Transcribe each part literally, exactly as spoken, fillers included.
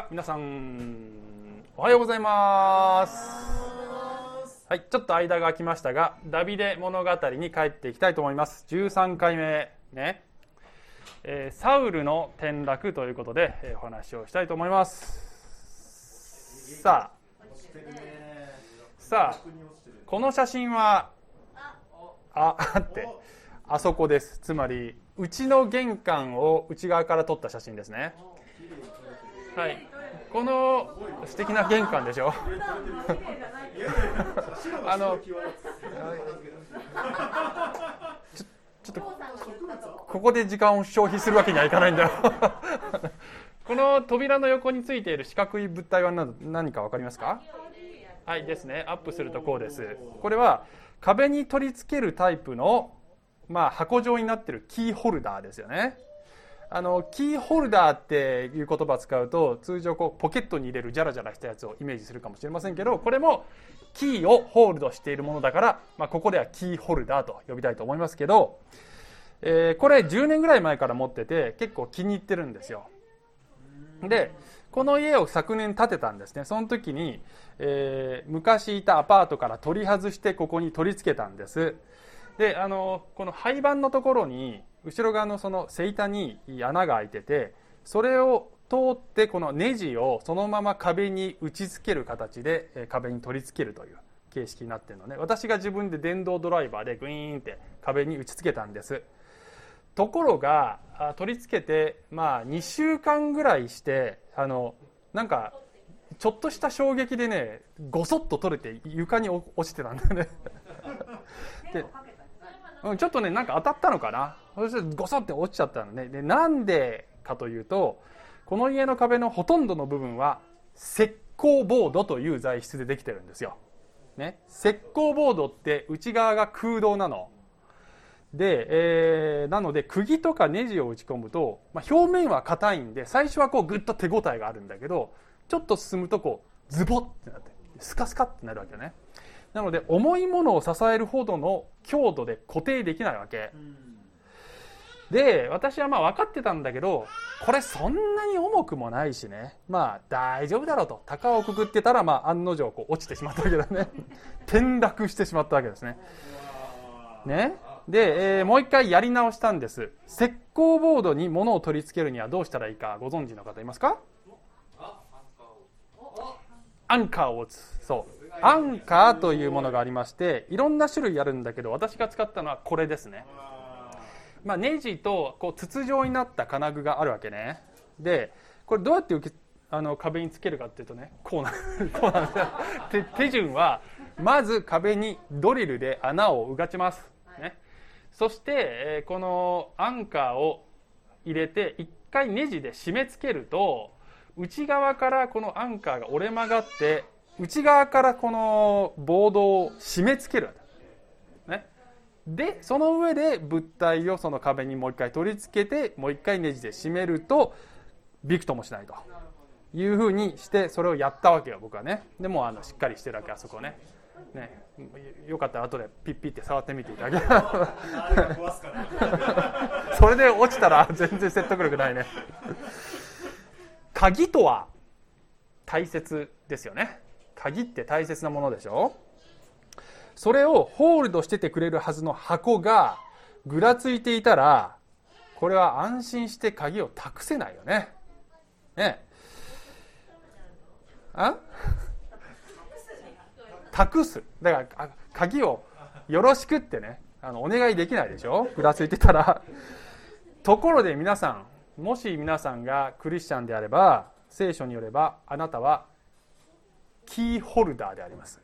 か。皆さんおはようございます。はい、ちょっと間が空きましたが、ダビデ物語に帰っていきたいと思います。じゅうさんかいめね、えー、サウルの転落ということで、えー、お話をしたいと思います。さあさあこの写真はあってあそこです。つまりうちの玄関を内側から撮った写真ですね。はい、この素敵な玄関でしょあのちょ、ちょっとここで時間を消費するわけにはいかないんだよこの扉の横についている四角い物体は何か分かりますか？はいですね、アップするとこうです。これは壁に取り付けるタイプの、まあ、箱状になっているキーホルダーですよね。あのキーホルダーっていう言葉を使うと通常こうポケットに入れるジャラジャラしたやつをイメージするかもしれませんけど、これもキーをホールドしているものだから、まあ、ここではキーホルダーと呼びたいと思いますけど、えー、これじゅうねんぐらい前から持ってて結構気に入ってるんですよ。でこの家を昨年建てたんですね。その時に、えー、昔いたアパートから取り外してここに取り付けたんです。であのこの配板のところに後ろ側のその背板に穴が開いてて、それを通ってこのネジをそのまま壁に打ち付ける形で壁に取り付けるという形式になっているので、私が自分で電動ドライバーでグイーンって壁に打ち付けたんです。ところが取り付けてまあにしゅうかんぐらいしてあのなんかちょっとした衝撃でねゴソッと取れて床に落ちてたんだよねでちょっとねなんか当たったのかな、そしてゴソって落ちちゃったのね。でなんでかというと、この家の壁のほとんどの部分は石膏ボードという材質でできてるんですよ、ね、石膏ボードって内側が空洞なので、えー、なので釘とかネジを打ち込むと、まあ、表面は硬いんで最初はこうグッと手応えがあるんだけど、ちょっと進むとこうズボッってなってスカスカってなるわけね。なので重いものを支えるほどの強度で固定できないわけで、私はまあ分かってたんだけど、これそんなに重くもないしね、まあ大丈夫だろうと高をくぐってたら、まあ案の定こう落ちてしまったわけだね転落してしまったわけですね。ねで、えー、もう一回やり直したんです。石膏ボードに物を取り付けるにはどうしたらいいかご存知の方いますか？アンカーを打つ。そうアンカーというものがありまして、いろんな種類あるんだけど私が使ったのはこれですね。まあ、ネジとこう筒状になった金具があるわけね。でこれどうやって受けあの壁につけるかっていうとね、こうなこうなんですよ手, 手順はまず壁にドリルで穴をうがちます、ね、そして、えー、このアンカーを入れて一回ネジで締め付けると、内側からこのアンカーが折れ曲がって内側からこのボードを締め付ける、ね、でその上で物体をその壁にもう一回取り付けてもう一回ネジで締めるとびくともしないというふうにしてそれをやったわけよ僕はね。でもあのしっかりしてるわけ、あそこね。ね、よかったら後でピッピッて触ってみていただけそれで落ちたら全然説得力ないね鍵とは大切ですよね。鍵って大切なものでしょ。それをホールドしててくれるはずの箱がぐらついていたら、これは安心して鍵を託せないよね。ねあ託すだから鍵をよろしくってね、あのお願いできないでしょ、ぐらついてたら。ところで皆さん、もし皆さんがクリスチャンであれば、聖書によればあなたはキーホルダーであります。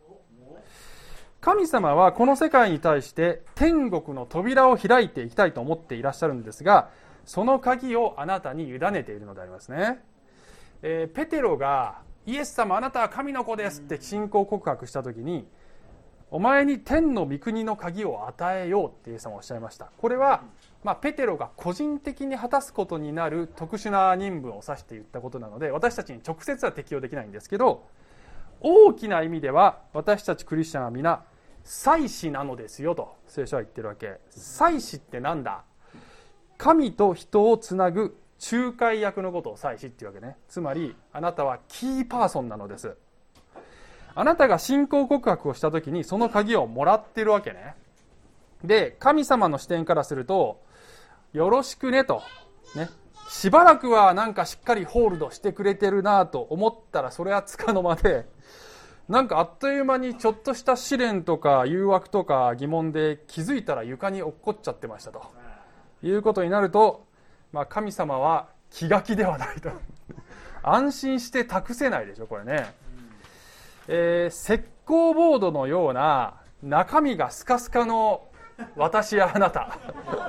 神様はこの世界に対して天国の扉を開いていきたいと思っていらっしゃるんですが、その鍵をあなたに委ねているのでありますね。えー、ペテロがイエス様あなたは神の子ですって信仰告白した時に、お前に天の御国の鍵を与えようってイエス様はおっしゃいました。これは、まあ、ペテロが個人的に果たすことになる特殊な任務を指して言ったことなので、私たちに直接は適用できないんですけど、大きな意味では私たちクリスチャンは皆祭司なのですよと聖書は言ってるわけ。祭司ってなんだ？神と人をつなぐ仲介役のことを祭司っていうわけね。つまりあなたはキーパーソンなのです。あなたが信仰告白をした時にその鍵をもらってるわけね。で、神様の視点からするとよろしくねとね、しばらくはなんかしっかりホールドしてくれてるなと思ったらそれはつかの間で、なんかあっという間にちょっとした試練とか誘惑とか疑問で気づいたら床に落っこっちゃってましたということになると、まあ、神様は気が気ではないと安心して託せないでしょこれね、えー、石膏ボードのような中身がスカスカの私やあなた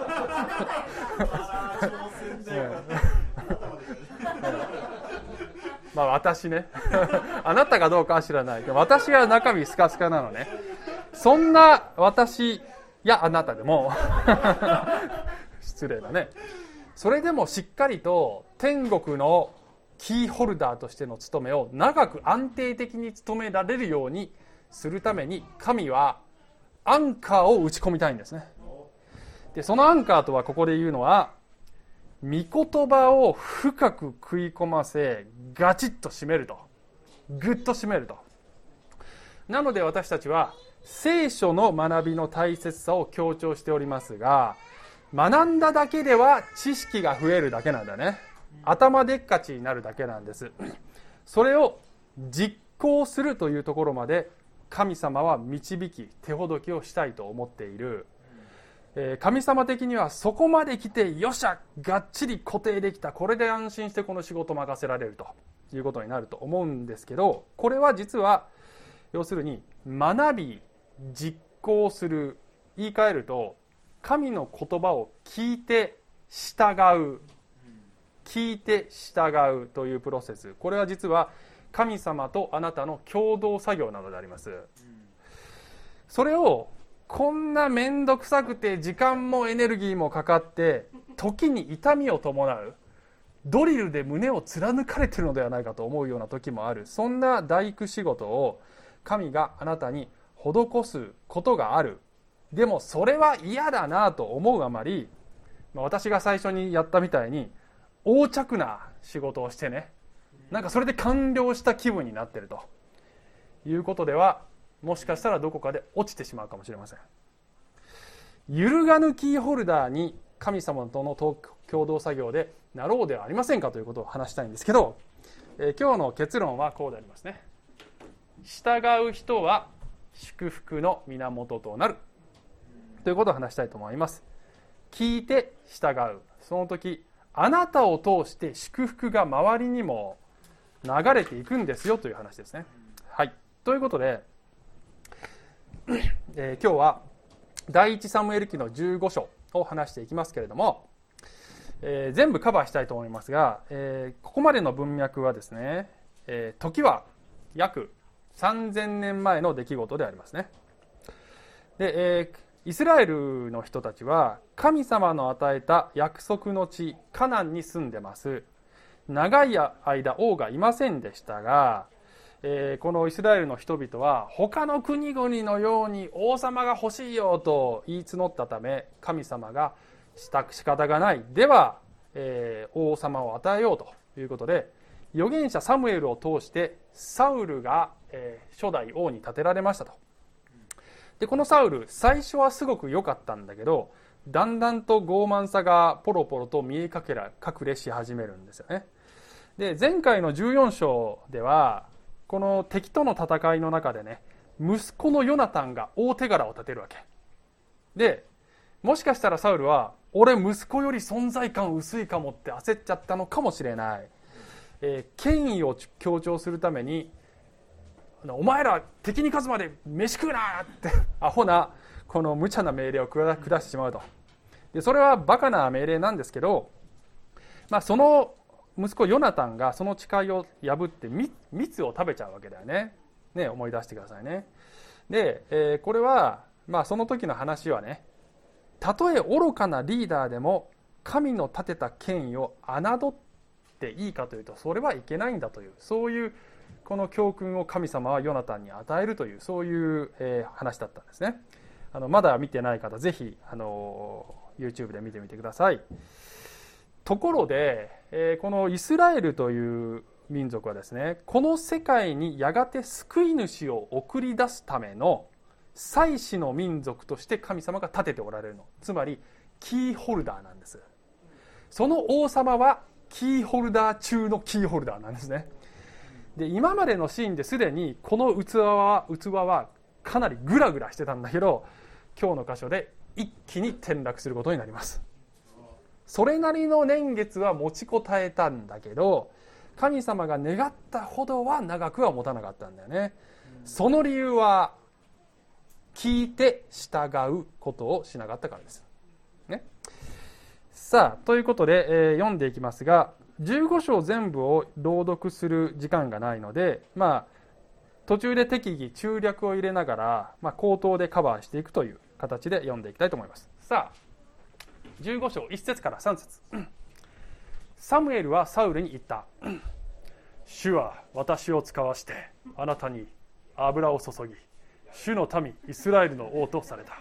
まあ私ねあなたがどうかは知らないけど、私は中身スカスカなのね。そんな私やあなたでも失礼だね。それでもしっかりと天国のキーホルダーとしての務めを長く安定的に務められるようにするために、神はアンカーを打ち込みたいんですね。でそのアンカーとはここで言うのは、御言葉を深く食い込ませガチッと締めると、グッと締めると。なので私たちは聖書の学びの大切さを強調しておりますが、学んだだけでは知識が増えるだけなんだね。頭でっかちになるだけなんです。それを実行するというところまで神様は導き手ほどきをしたいと思っている。神様的にはそこまで来てよっしゃがっちり固定できた、これで安心してこの仕事を任せられるということになると思うんですけど、これは実は要するに学び実行する、言い換えると神の言葉を聞いて従う、聞いて従うというプロセス、これは実は神様とあなたの共同作業なのであります。それをこんなめんどくさくて時間もエネルギーもかかって時に痛みを伴う、ドリルで胸を貫かれているのではないかと思うような時もある、そんな大工仕事を神があなたに施すことがある。でもそれは嫌だなと思うあまり、私が最初にやったみたいに横着な仕事をしてね、なんかそれで完了した気分になっているということでは、もしかしたらどこかで落ちてしまうかもしれません。揺るがぬキーホルダーに神様との共同作業でなろうではありませんかということを話したいんですけど、えー、今日の結論はこうでありますね。従う人は祝福の源となるということを話したいと思います。聞いて従う、その時あなたを通して祝福が周りにも流れていくんですよという話ですね。はい、ということで、えー、今日は第一サムエル記のじゅうご章を話していきますけれども、えー、全部カバーしたいと思いますが、えー、ここまでの文脈はですね、えー、時は約さんぜんねんまえの出来事でありますね。で、えー、イスラエルの人たちは神様の与えた約束の地カナンに住んでます。長い間王がいませんでしたが、えー、このイスラエルの人々は他の国々のように王様が欲しいよと言い募ったため、神様がした仕方がない、では、えー、王様を与えようということで、預言者サムエルを通してサウルが、えー、初代王に立てられましたと。でこのサウル、最初はすごく良かったんだけど、だんだんと傲慢さがポロポロと見え隠れし始めるんですよね。で前回のじゅうよん章ではこの敵との戦いの中でね、息子のヨナタンが大手柄を立てるわけで、もしかしたらサウルは俺息子より存在感薄いかもって焦っちゃったのかもしれない、えー、権威を強調するためにお前ら敵に勝つまで飯食うなってアホなこの無茶な命令を下してしまうと。でそれはバカな命令なんですけど、まあ、その息子ヨナタンがその誓いを破って蜜を食べちゃうわけだよね。ね、思い出してくださいね。で、えー、これは、まあ、その時の話はね、たとえ愚かなリーダーでも神の立てた権威を侮っていいかというと、それはいけないんだという、そういうこの教訓を神様はヨナタンに与えるという、そういう、えー、話だったんですね。あのまだ見てない方、ぜひあの YouTube で見てみてください。 ところで、えー、このイスラエルという民族はですね、この世界にやがて救い主を送り出すための祭司の民族として神様が立てておられるの。つまりキーホルダーなんです。その王様はキーホルダー中のキーホルダーなんですね。で、今までのシーンですでにこの器は器はかなりグラグラしてたんだけど、今日の箇所で一気に転落することになります。それなりの年月は持ちこたえたんだけど、神様が願ったほどは長くは持たなかったんだよね。その理由は聞いて従うことをしなかったからです、ね、さあということで、えー、読んでいきますが、じゅうご章全部を朗読する時間がないので、まあ、途中で適宜中略を入れながら、まあ、口頭でカバーしていくという形で読んでいきたいと思います。さあじゅうご章いち節からさん節。サムエルはサウルに言った。主は私を使わしてあなたに油を注ぎ、主の民イスラエルの王とされた。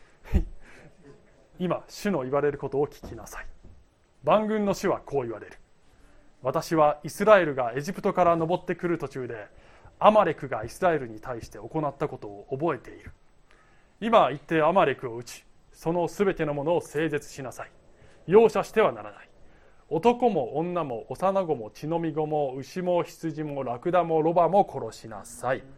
今主の言われることを聞きなさい。万軍の主はこう言われる。私はイスラエルがエジプトから登ってくる途中でアマレクがイスラエルに対して行ったことを覚えている。今行ってアマレクを撃ち、そのすべてのものを整絶しなさい。容赦してはならない。男も女も幼子も血のみ子も牛も羊もラクダもロバも殺しなさい。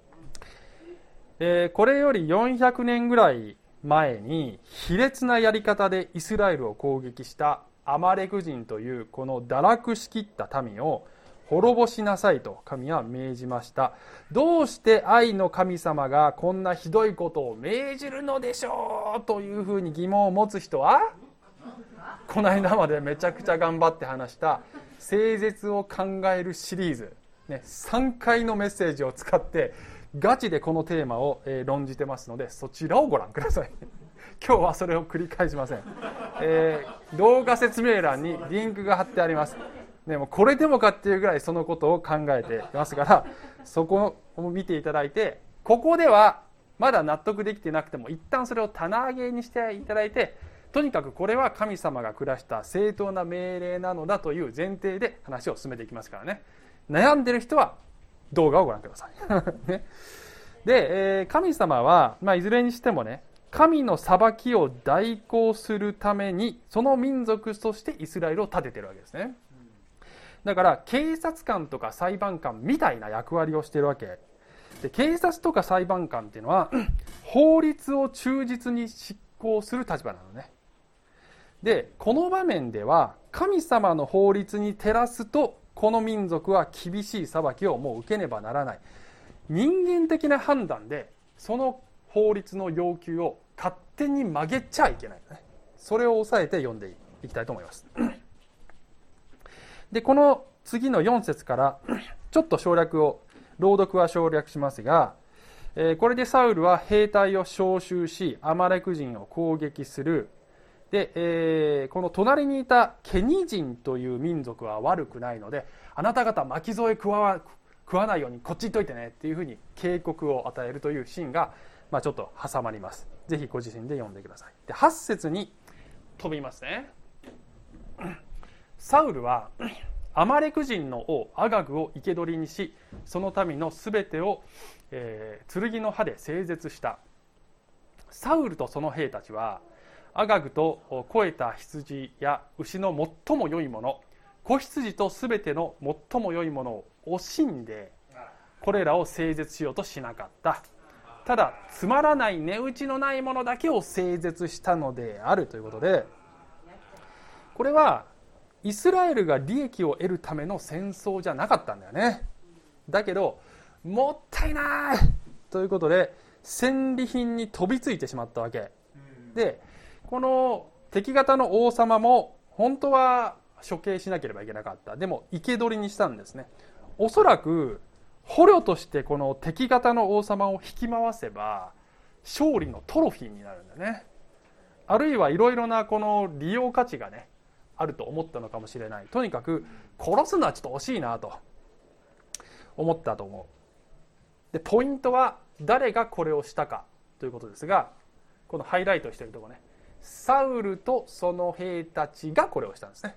えー、これよりよんひゃくねんぐらい前に卑劣なやり方でイスラエルを攻撃したアマレク人というこの堕落しきった民を滅ぼしなさいと神は命じました。どうして愛の神様がこんなひどいことを命じるのでしょうというふうに疑問を持つ人は、この間までめちゃくちゃ頑張って話した聖絶を考えるシリーズ、ね、さんかいのメッセージを使ってガチでこのテーマを論じてますので、そちらをご覧ください。今日はそれを繰り返しません、えー、動画説明欄にリンクが貼ってあります。でもこれでもかっていうぐらいそのことを考えていますから、そこを見ていただいて、ここではまだ納得できてなくても一旦それを棚上げにしていただいて、とにかくこれは神様が下した正当な命令なのだという前提で話を進めていきますからね。悩んでる人は動画をご覧ください、ね、で、えー、神様は、まあ、いずれにしてもね、神の裁きを代行するためにその民族としてイスラエルを立てているわけですね。だから警察官とか裁判官みたいな役割をしているわけで、警察とか裁判官っていうのは法律を忠実に執行する立場なのね。で、この場面では神様の法律に照らすとこの民族は厳しい裁きをもう受けねばならない。人間的な判断でその法律の要求を勝手に曲げちゃいけない、ね、それを押さえて読んでいきたいと思います。で、この次のよん節からちょっと省略を、朗読は省略しますが、えー、これでサウルは兵隊を招集しアマレク人を攻撃する。で、えー、この隣にいたケニ人という民族は悪くないので、あなた方巻き添え食わ、食わないようにこっち行っといてねっていうふうに警告を与えるというシーンが、まあ、ちょっと挟まります。ぜひご自身で読んでください。で、はち節に飛びますね。サウルはアマレク人の王アガグを生け捕りにし、その民のすべてを、えー、剣の刃で整絶した。サウルとその兵たちはアガグと肥えた羊や牛の最も良いもの、子羊とすべての最も良いものを惜しんでこれらを整絶しようとしなかった。ただつまらない値打ちのないものだけを整絶したのであるということで、これはイスラエルが利益を得るための戦争じゃなかったんだよね。だけどもったいないということで戦利品に飛びついてしまったわけで、この敵方の王様も本当は処刑しなければいけなかった。でも生け捕りにしたんですね。おそらく捕虜としてこの敵方の王様を引き回せば勝利のトロフィーになるんだね。あるいはいろいろなこの利用価値がねあると思ったのかもしれない。とにかく殺すのはちょっと惜しいなと思ったと思う。で、ポイントは誰がこれをしたかということですが、このハイライトしているところね、サウルとその兵たちがこれをしたんですね。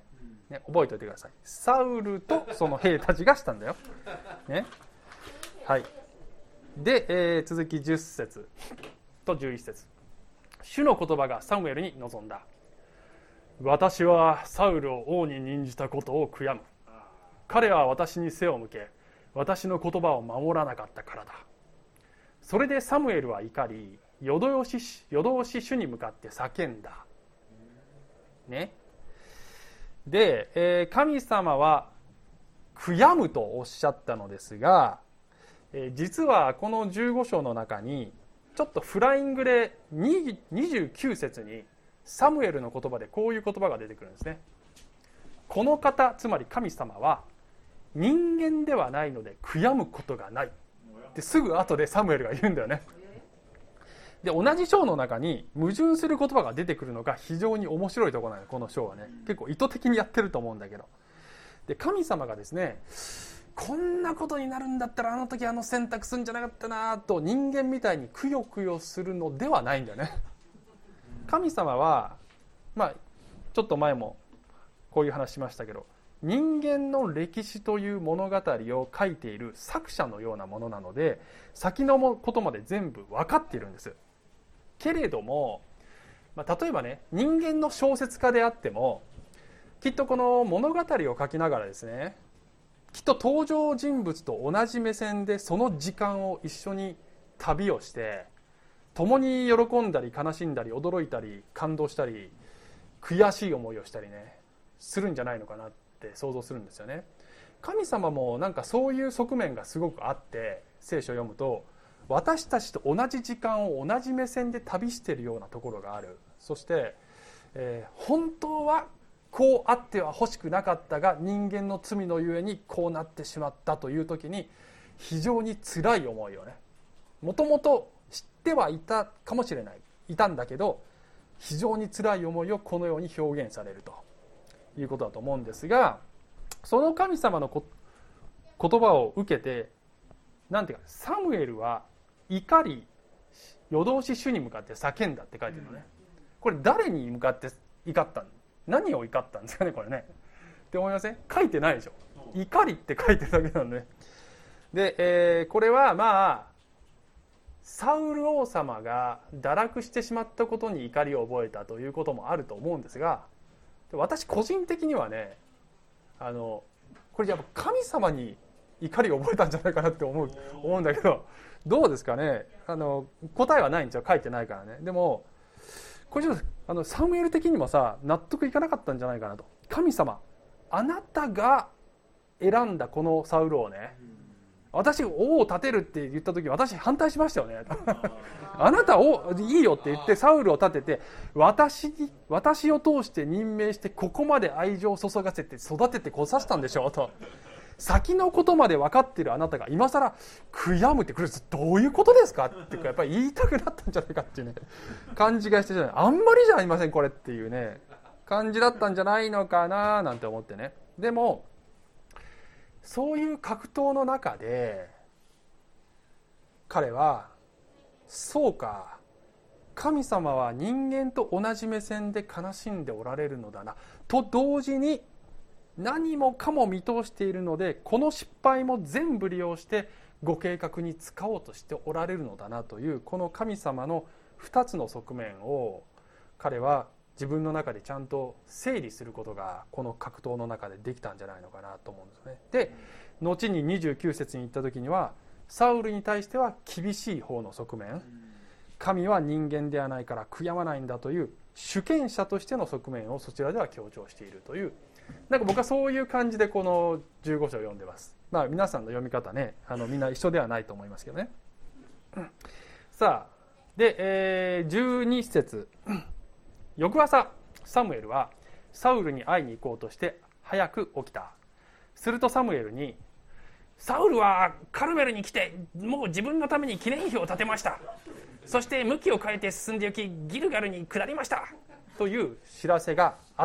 ね、覚えておいてください。サウルとその兵たちがしたんだよ、ね、はい。で、えー、続きじゅっ節とじゅういち節。主の言葉がサムエルに臨んだ。私はサウルを王に任じたことを悔やむ。彼は私に背を向け、私の言葉を守らなかったからだ。それでサムエルは怒り、夜通し、夜通し主に向かって叫んだ。ね。で、えー、神様は悔やむとおっしゃったのですが、えー、実はこのじゅうご章の中にちょっとフライングでにじゅうきゅう節にサムエルの言葉でこういう言葉が出てくるんですね。この方、つまり神様は人間ではないので悔やむことがないってすぐ後でサムエルが言うんだよね。で、同じ章の中に矛盾する言葉が出てくるのが非常に面白いところなの。この章はね、結構意図的にやってると思うんだけど、で神様がですね、こんなことになるんだったらあの時あの選択するんじゃなかったなと人間みたいにくよくよするのではないんだよね。神様は、まあちょっと前もこういう話しましたけど、人間の歴史という物語を書いている作者のようなものなので、先のことまで全部分かっているんです。けれども、まあ、例えばね、人間の小説家であってもきっとこの物語を書きながらですね、きっと登場人物と同じ目線でその時間を一緒に旅をして共に喜んだり悲しんだり驚いたり感動したり悔しい思いをしたりねするんじゃないのかなって想像するんですよね。神様もなんかそういう側面がすごくあって、聖書を読むと私たちと同じ時間を同じ目線で旅しているようなところがある。そして、えー、本当はこうあっては欲しくなかったが人間の罪のゆえにこうなってしまったという時に非常に辛い思いをね、もともと知ってはいたかもしれないいたんだけど非常に辛い思いをこのように表現されるということだと思うんですが、その神様のこ言葉を受けて、なんていうか、サムエルは怒り夜通し主に向かって叫んだって書いてるのね。これ誰に向かって怒ったの？何を怒ったんですかねこれねって思いません？書いてないでしょ。怒りって書いてるだけなので、で、えー、これはまあサウル王様が堕落してしまったことに怒りを覚えたということもあると思うんですが、私個人的にはね、あのこれやっぱ神様に怒りを覚えたんじゃないかなって思う思うんだけど、どうですかね。あの答えはないんですよ、書いてないからね。でもこれちょっとあのサムエル的にもさ納得いかなかったんじゃないかなと。神様、あなたが選んだこのサウルをね、私が王を立てるって言った時私反対しましたよねあなたをいいよって言ってサウルを立てて私に私を通して任命してここまで愛情を注がせて育ててこさせたんでしょうと。先のことまで分かっているあなたが今更悔やむってこれどういうことですかってやっぱり言いたくなったんじゃないかっていうね感じがして、じゃないあんまりじゃありませんこれっていうね感じだったんじゃないのかななんて思ってね。でもそういう格闘の中で彼はそうか、神様は人間と同じ目線で悲しんでおられるのだなと同時に何もかも見通しているのでこの失敗も全部利用してご計画に使おうとしておられるのだなというこの神様のふたつの側面を彼は自分の中でちゃんと整理することがこの格闘の中でできたんじゃないのかなと思うんですね。で後ににじゅうきゅう節に行った時にはサウルに対しては厳しい方の側面、神は人間ではないから悔やまないんだという主権者としての側面をそちらでは強調しているという、なんか僕はそういう感じでこのじゅうご章を読んでます。まあ皆さんの読み方ね、あのみんな一緒ではないと思いますけどね。さあで、えー、じゅうに節翌朝サムエルはサウルに会いに行こうとして早く起きた。するとサムエルに、サウルはカルメルに来てもう自分のために記念碑を建てました。そして向きを変えて進んで行きギルガルに下りましたという知らせがあった。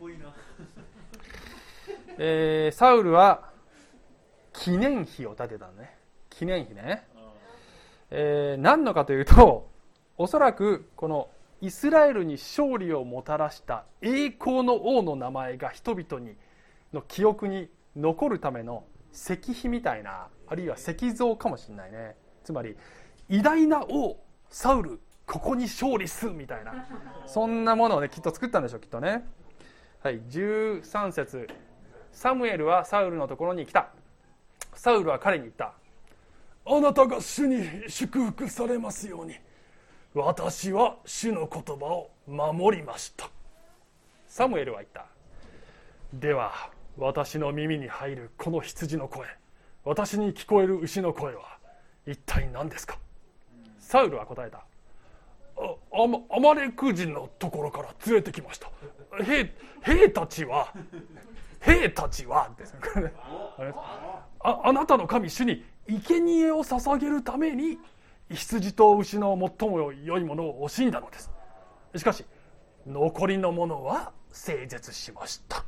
えー、サウルは記念碑を建てたのね。記念碑ね、えー、何のかというと、おそらくこのイスラエルに勝利をもたらした栄光の王の名前が人々にの記憶に残るための石碑みたいな、あるいは石像かもしれないね。つまり偉大な王サウルここに勝利すみたいな、そんなものをねきっと作ったんでしょう、きっとね。はい、じゅうさん節、サムエルはサウルのところに来た。サウルは彼に言った。あなたが主に祝福されますように、私は主の言葉を守りました。サムエルは言った。では私の耳に入るこの羊の声、私に聞こえる牛の声は一体何ですか。サウルは答えた。あアマレク人のところから連れてきました。兵, 兵たちは兵たちはですねあ, あなたの神主に生贄を捧げるために羊と牛の最も良いものを惜しんだのです。しかし残りのものは整絶しました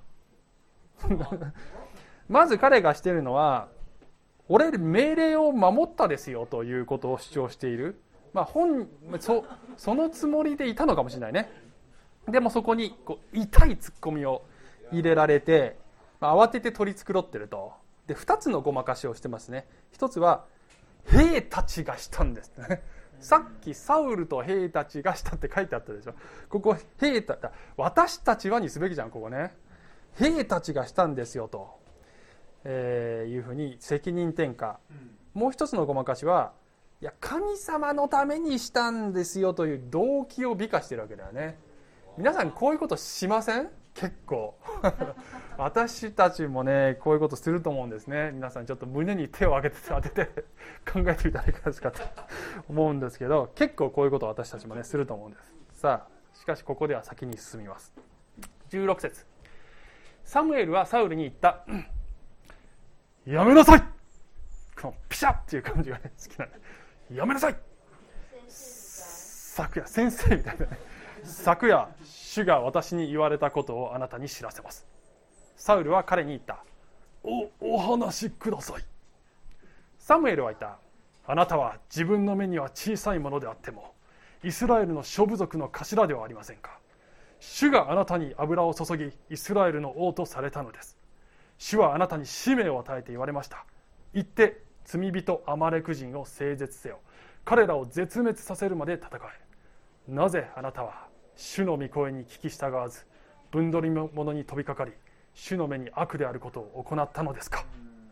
まず彼がしているのは、俺命令を守ったですよということを主張している。まあ、本 そ, そのつもりでいたのかもしれないね。でもそこにこう痛いツッコミを入れられて、まあ、慌てて取り繕ってると。でふたつのごまかしをしてますね。一つは兵たちがしたんですね。さっきサウルと兵たちがしたって書いてあったでしょ。ここ兵た私たちはにすべきじゃん、ここね。兵たちがしたんですよと、えー、いうふうに責任転嫁。もう一つのごまかしは、いや神様のためにしたんですよという動機を美化してるわけだよね。皆さんこういうことしません？結構私たちもねこういうことすると思うんですね。皆さんちょっと胸に手を当てて当てて考えてみたらいかがですかと思うんですけど、結構こういうことを私たちもねすると思うんです。さあしかしここでは先に進みます。じゅうろく節、サムエルはサウルに言った。やめなさい。このピシャッっていう感じがね好きなんで、やめなさい。昨夜先生みたいなね、昨夜主が私に言われたことをあなたに知らせます。サウルは彼に言った。お、お話しください。サムエルは言った。あなたは自分の目には小さいものであってもイスラエルの諸部族の頭ではありませんか。主があなたに油を注ぎイスラエルの王とされたのです。主はあなたに使命を与えて言われました。行って罪人アマレク人を整絶せよ。彼らを絶滅させるまで戦え。なぜあなたは主の御声に聞き従わず分取り物に飛びかかり主の目に悪であることを行ったのですか。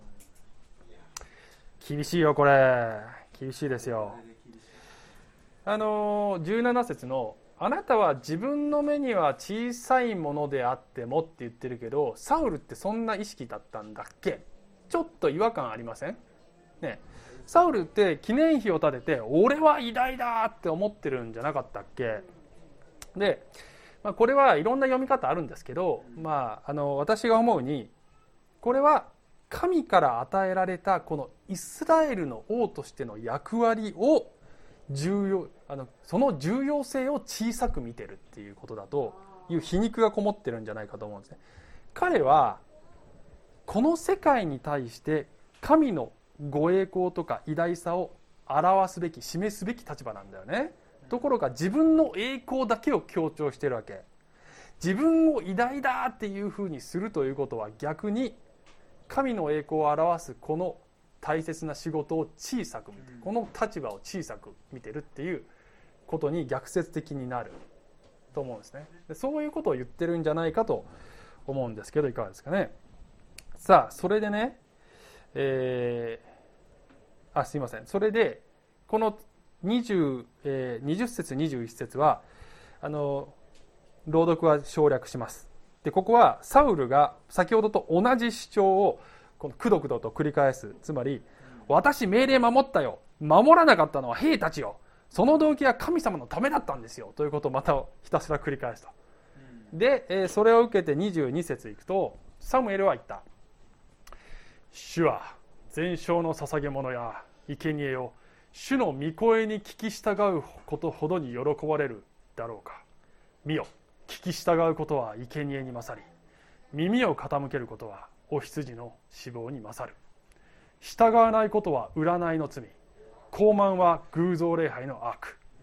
厳しいよ、これ厳しいですよ。あのじゅうなな節のあなたは自分の目には小さいものであってもって言ってるけど、サウルってそんな意識だったんだっけ。ちょっと違和感ありませんね。サウルって記念碑を建てて俺は偉大だって思ってるんじゃなかったっけ。で、まあ、これはいろんな読み方あるんですけど、まあ、あの私が思うにこれは神から与えられたこのイスラエルの王としての役割を重要あのその重要性を小さく見てるっていうことだという皮肉がこもってるんじゃないかと思うんですね。彼はこの世界に対して神のご栄光とか偉大さを表すべき示すべき立場なんだよね。ところが自分の栄光だけを強調しているわけ。自分を偉大だっていうふうにするということは逆に神の栄光を表すこの大切な仕事を小さく見て、この立場を小さく見てるっていうことに逆説的になると思うんですね。でそういうことを言ってるんじゃないかと思うんですけど、いかがですかね。さあそれでね、えー、あすいませんそれでこの 20,、えー、にじゅっ節にじゅういっ節はあの朗読は省略します。でここはサウルが先ほどと同じ主張をこのくどくどと繰り返す。つまり私命令守ったよ、守らなかったのは兵たちよ、その動機は神様のためだったんですよということをまたひたすら繰り返すと。で、えー、それを受けてにじゅうに節いくとサムエルは言った。主は全焼の捧げ物や生贄を主の御声に聞き従うことほどに喜ばれるだろうか。見よ、聞き従うことは生贄に勝り、耳を傾けることはお羊の死亡に勝る。従わないことは占いの罪、傲慢は偶像礼拝の悪。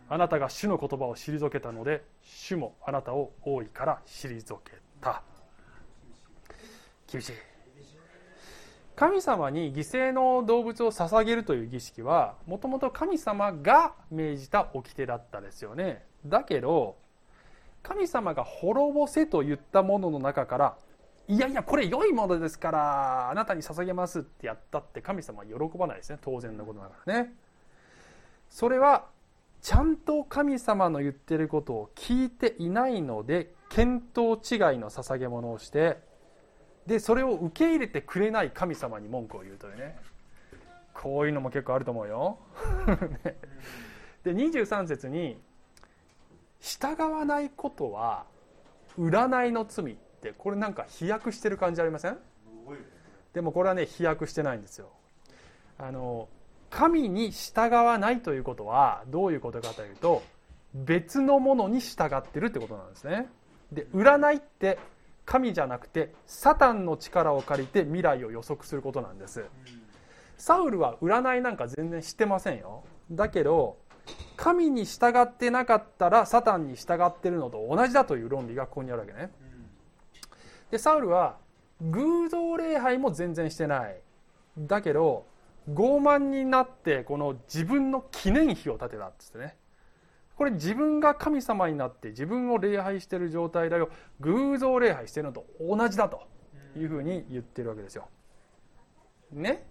あなたが主の言葉を退けたので、主もあなたを王位から退けた。厳しい。神様に犠牲の動物を捧げるという儀式は、もともと神様が命じた掟だったですよね。だけど神様が滅ぼせと言ったものの中から、いやいやこれ良いものですからあなたに捧げますってやったって神様は喜ばないですね。当然のことながらね。それはちゃんと神様の言っていることを聞いていないので、見当違いの捧げ物をして、でそれを受け入れてくれない神様に文句を言うというね、こういうのも結構あると思うよでにじゅうさん節に、従わないことは占いの罪って、これなんか飛躍してる感じありません？でもこれはね、飛躍してないんですよ。あの神に従わないということはどういうことかというと、別のものに従ってるってことなんですね。で占いって神じゃなくてサタンの力を借りて未来を予測することなんです。サウルは占いなんか全然知ってませんよ。だけど神に従ってなかったらサタンに従ってるのと同じだという論理がここにあるわけね。でサウルは偶像礼拝も全然してない。だけど傲慢になってこの自分の記念碑を建てたんですね。これ自分が神様になって自分を礼拝している状態だよ、偶像礼拝しているのと同じだというふうに言ってるわけですよね。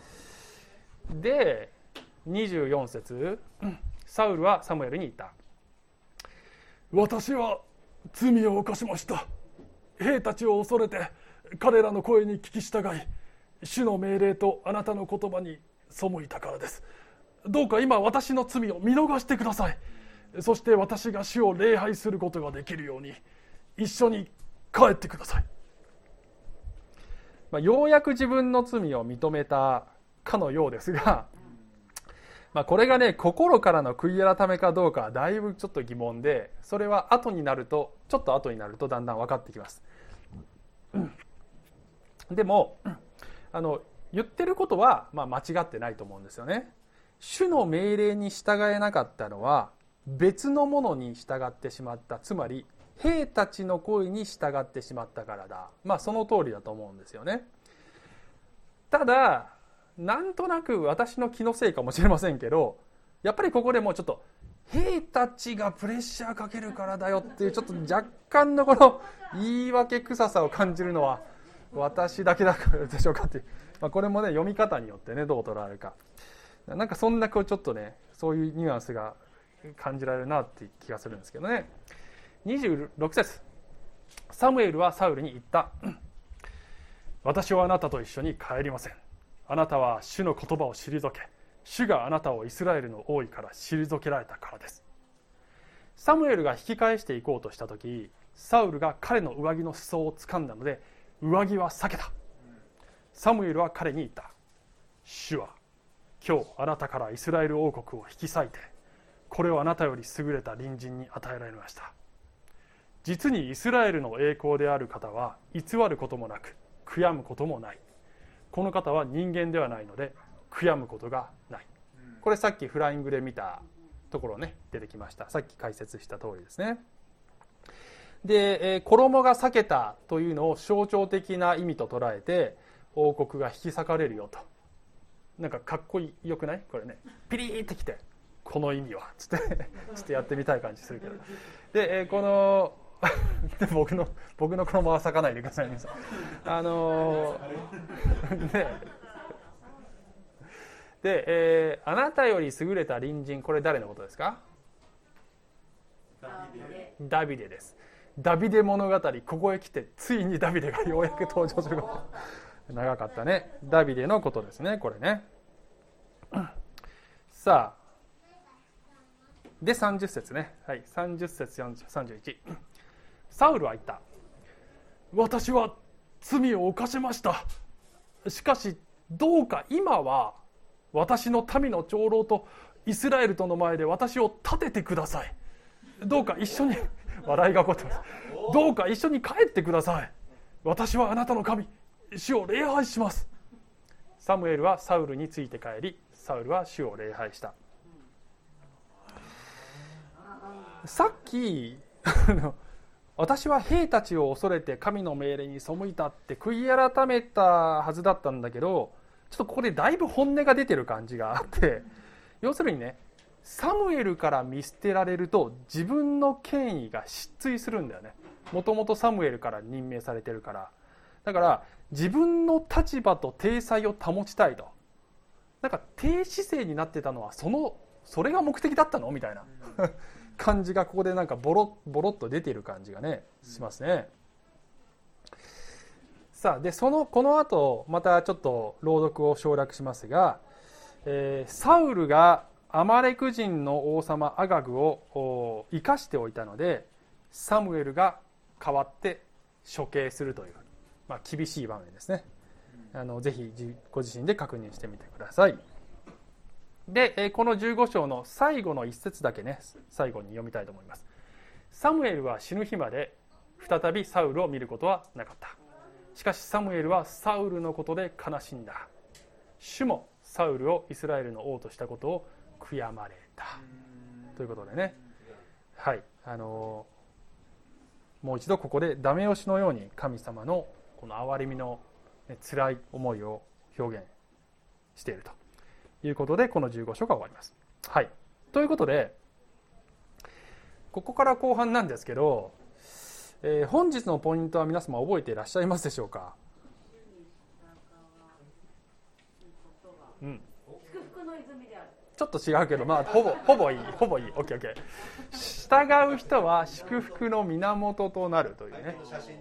でにじゅうよん節、サウルはサムエルに言った。私は罪を犯しました。兵たちを恐れて彼らの声に聞き従い、主の命令とあなたの言葉に背いたからです。どうか今私の罪を見逃してください。そして私が主を礼拝することができるように一緒に帰ってください。まあ、ようやく自分の罪を認めたかのようですが、まあ、これがね心からの悔い改めかどうかはだいぶちょっと疑問で、それは後になるとちょっと後になるとだんだん分かってきます。でもあの言ってることはまあ間違ってないと思うんですよね。主の命令に従えなかったのは別のものに従ってしまった、つまり兵たちの声に従ってしまったからだ。まあその通りだと思うんですよね。ただなんとなく私の気のせいかもしれませんけど、やっぱりここでもうちょっと兵たちがプレッシャーかけるからだよっていうちょっと若干のこの言い訳臭さを感じるのは私だけだからでしょうかっていう、まあ、これもね読み方によってねどう捉えるか、なんかそんなこうちょっとねそういうニュアンスが感じられるなっていう気がするんですけどね。にじゅうろく節、サムエルはサウルに言った。私はあなたと一緒に帰りません。あなたは主の言葉を退け、主があなたをイスラエルの王位から退けられたからです。サムエルが引き返していこうとした時、サウルが彼の上着の裾を掴んだので上着は裂けた。サムエルは彼に言った。主は今日あなたからイスラエル王国を引き裂いて、これをあなたより優れた隣人に与えられました。実にイスラエルの栄光である方は偽ることもなく悔やむこともない。この方は人間ではないので悔やむことがない。これさっきフライングで見たところね出てきました。さっき解説した通りですね。で、えー、衣が裂けたというのを象徴的な意味と捉えて王国が引き裂かれるよと。なんかかっこいいよくないこれね。ピリーってきてこの意味はつってちょっとやってみたい感じするけど、で、えー、こので僕の僕の衣は裂かないでくださいね。あのー、でで、えー、あなたより優れた隣人、これ誰のことですか？ダビデ。ダビデです。ダビデ物語、ここへ来てついにダビデがようやく登場すること長かったね。ダビデのことですねこれね。さあでさんじゅっ節ね、はい、さんじゅっ節さんじゅういち、サウルは言った。私は罪を犯しました。しかしどうか今は私の民の長老とイスラエルとの前で私を立ててください。どうか一緒に笑いが起こってます。どうか一緒に帰ってください。私はあなたの神主を礼拝します。サムエルはサウルについて帰り、サウルは主を礼拝した。 さっき私は兵たちを恐れて神の命令に背いたって悔い改めたはずだったんだけど、ちょっとここでだいぶ本音が出てる感じがあって、要するにね、サムエルから見捨てられると自分の権威が失墜するんだよね。もともとサムエルから任命されてるから。だから自分の立場と体裁を保ちたいと。なんか低姿勢になってたのはそのそれが目的だったのみたいな感じがここでなんかボロボロっと出ている感じがねしますね。さあでそのこの後またちょっと朗読を省略しますが、えー、サウルがアマレク人の王様アガグを生かしておいたので、サムエルが代わって処刑するという、まあ、厳しい場面ですね。あのぜひご自身で確認してみてください。でこのじゅうご章の最後の一節だけね、最後に読みたいと思います。サムエルは死ぬ日まで再びサウルを見ることはなかった。しかしサムエルはサウルのことで悲しんだ。主もサウルをイスラエルの王としたことを悔やまれたということでね、はい、あのもう一度ここでダメ押しのように神様のこの憐れみの辛い思いを表現しているということで、このじゅうご章が終わります。はい、ということでここから後半なんですけど、えー、本日のポイントは皆様覚えていらっしゃいますでしょうか。うん、ちょっと違うけど、まあ、ほぼほぼいいほぼいい オーケーオーケー。従う人は祝福の源となるというね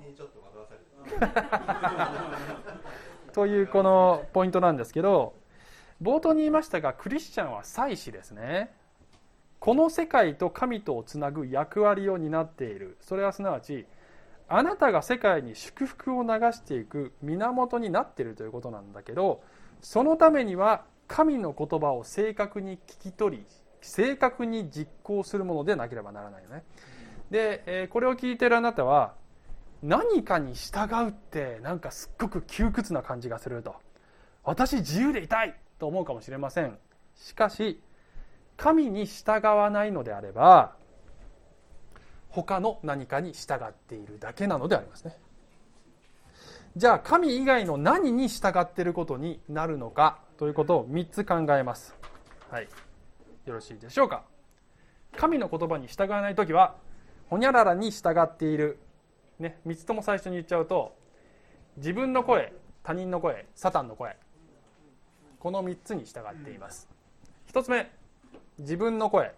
というこのポイントなんですけど、冒頭に言いましたがクリスチャンは祭司ですね。この世界と神とをつなぐ役割を担っている。それはすなわちあなたが世界に祝福を流していく源になっているということなんだけど、そのためには神の言葉を正確に聞き取り正確に実行するものでなければならないよね。でこれを聞いているあなたは何かに従うってなんかすっごく窮屈な感じがすると、私自由でいたいと思うかもしれません。しかし神に従わないのであれば他の何かに従っているだけなのでありますね。じゃあ神以外の何に従っていることになるのかということをみっつ考えます。はい、よろしいでしょうか。神の言葉に従わないときはホニャララに従っている、ね、みっつとも最初に言っちゃうと、自分の声、他人の声、サタンの声、このみっつに従っています。ひとつめ、自分の声。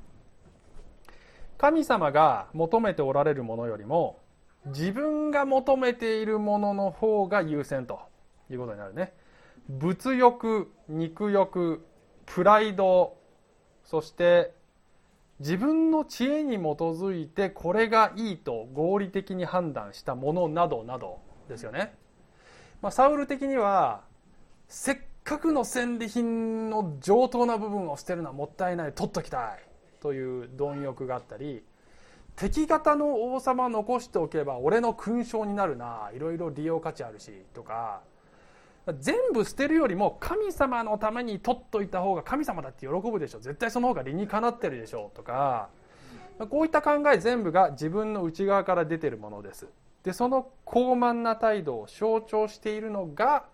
神様が求めておられるものよりも自分が求めているものの方が優先ということになるね。物欲、肉欲、プライド、そして自分の知恵に基づいてこれがいいと合理的に判断したものなどなどですよね。まあ、サウル的にはせっかくの戦利品の上等な部分を捨てるのはもったいない、取っときたいという貪欲があったり、敵方の王様残しておけば俺の勲章になるな、いろいろ利用価値あるしとか、全部捨てるよりも神様のために取っといた方が神様だって喜ぶでしょ、絶対その方が理にかなってるでしょとか、こういった考え全部が自分の内側から出ているものです。でその高慢な態度を象徴しているのが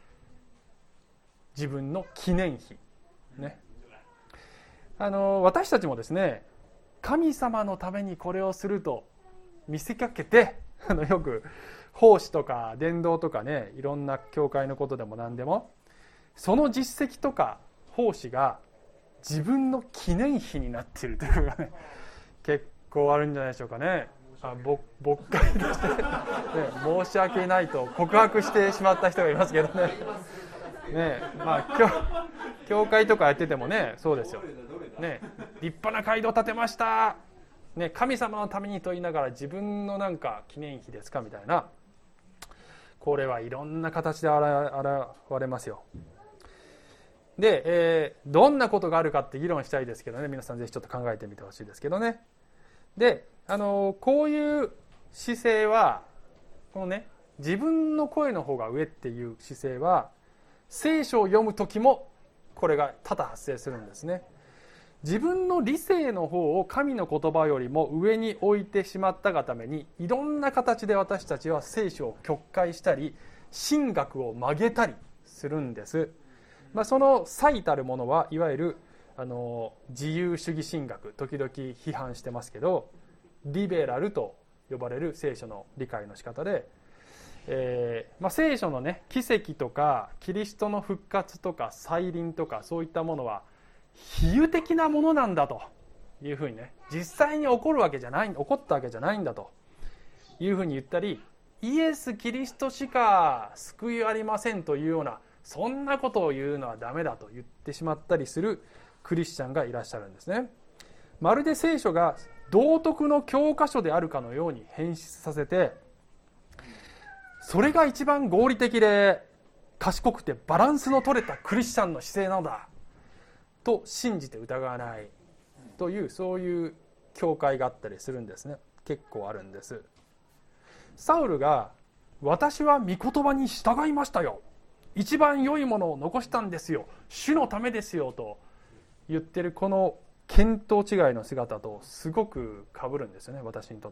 自分の記念碑、ね、あの私たちもですね、神様のためにこれをすると見せかけて、あのよく奉仕とか伝道とかね、いろんな教会のことでも何でもその実績とか奉仕が自分の記念碑になっているというのがね結構あるんじゃないでしょうかね。あぼ牧会として、ね、申し訳ないと告白してしまった人がいますけどね。ねまあ、教会とかやっててもね、そうですよ、ね、立派な街道建てました、ね、神様のためにと言いながら自分のなんか記念碑ですかみたいな、これはいろんな形で現れますよ。で、えー、どんなことがあるかって議論したいですけどね、皆さんぜひちょっと考えてみてほしいですけどね。で、あのー、こういう姿勢はこのね、自分の声の方が上っていう姿勢は聖書を読む時もこれが多々発生するんですね。 自分の理性の方を神の言葉よりも上に置いてしまったがために、いろんな形で私たちは聖書を曲解したり神学を曲げたりするんです。まあ、その最たるものはいわゆるあの自由主義神学、時々批判してますけど、リベラルと呼ばれる聖書の理解の仕方で、えーまあ、聖書のね、奇跡とかキリストの復活とか再臨とか、そういったものは比喩的なものなんだというふうにね、実際に起こるわけじゃない、起こったわけじゃないんだというふうに言ったり、イエス・キリストしか救いありませんというような、そんなことを言うのはダメだと言ってしまったりするクリスチャンがいらっしゃるんですね。まるで聖書が道徳の教科書であるかのように変質させて、それが一番合理的で賢くてバランスの取れたクリスチャンの姿勢なのだと信じて疑わないという、そういう教会があったりするんですね。結構あるんです。サウルが私は御言葉に従いましたよ、一番良いものを残したんですよ、主のためですよと言ってるこの見当違いの姿とすごく被るんですよね、私にとって。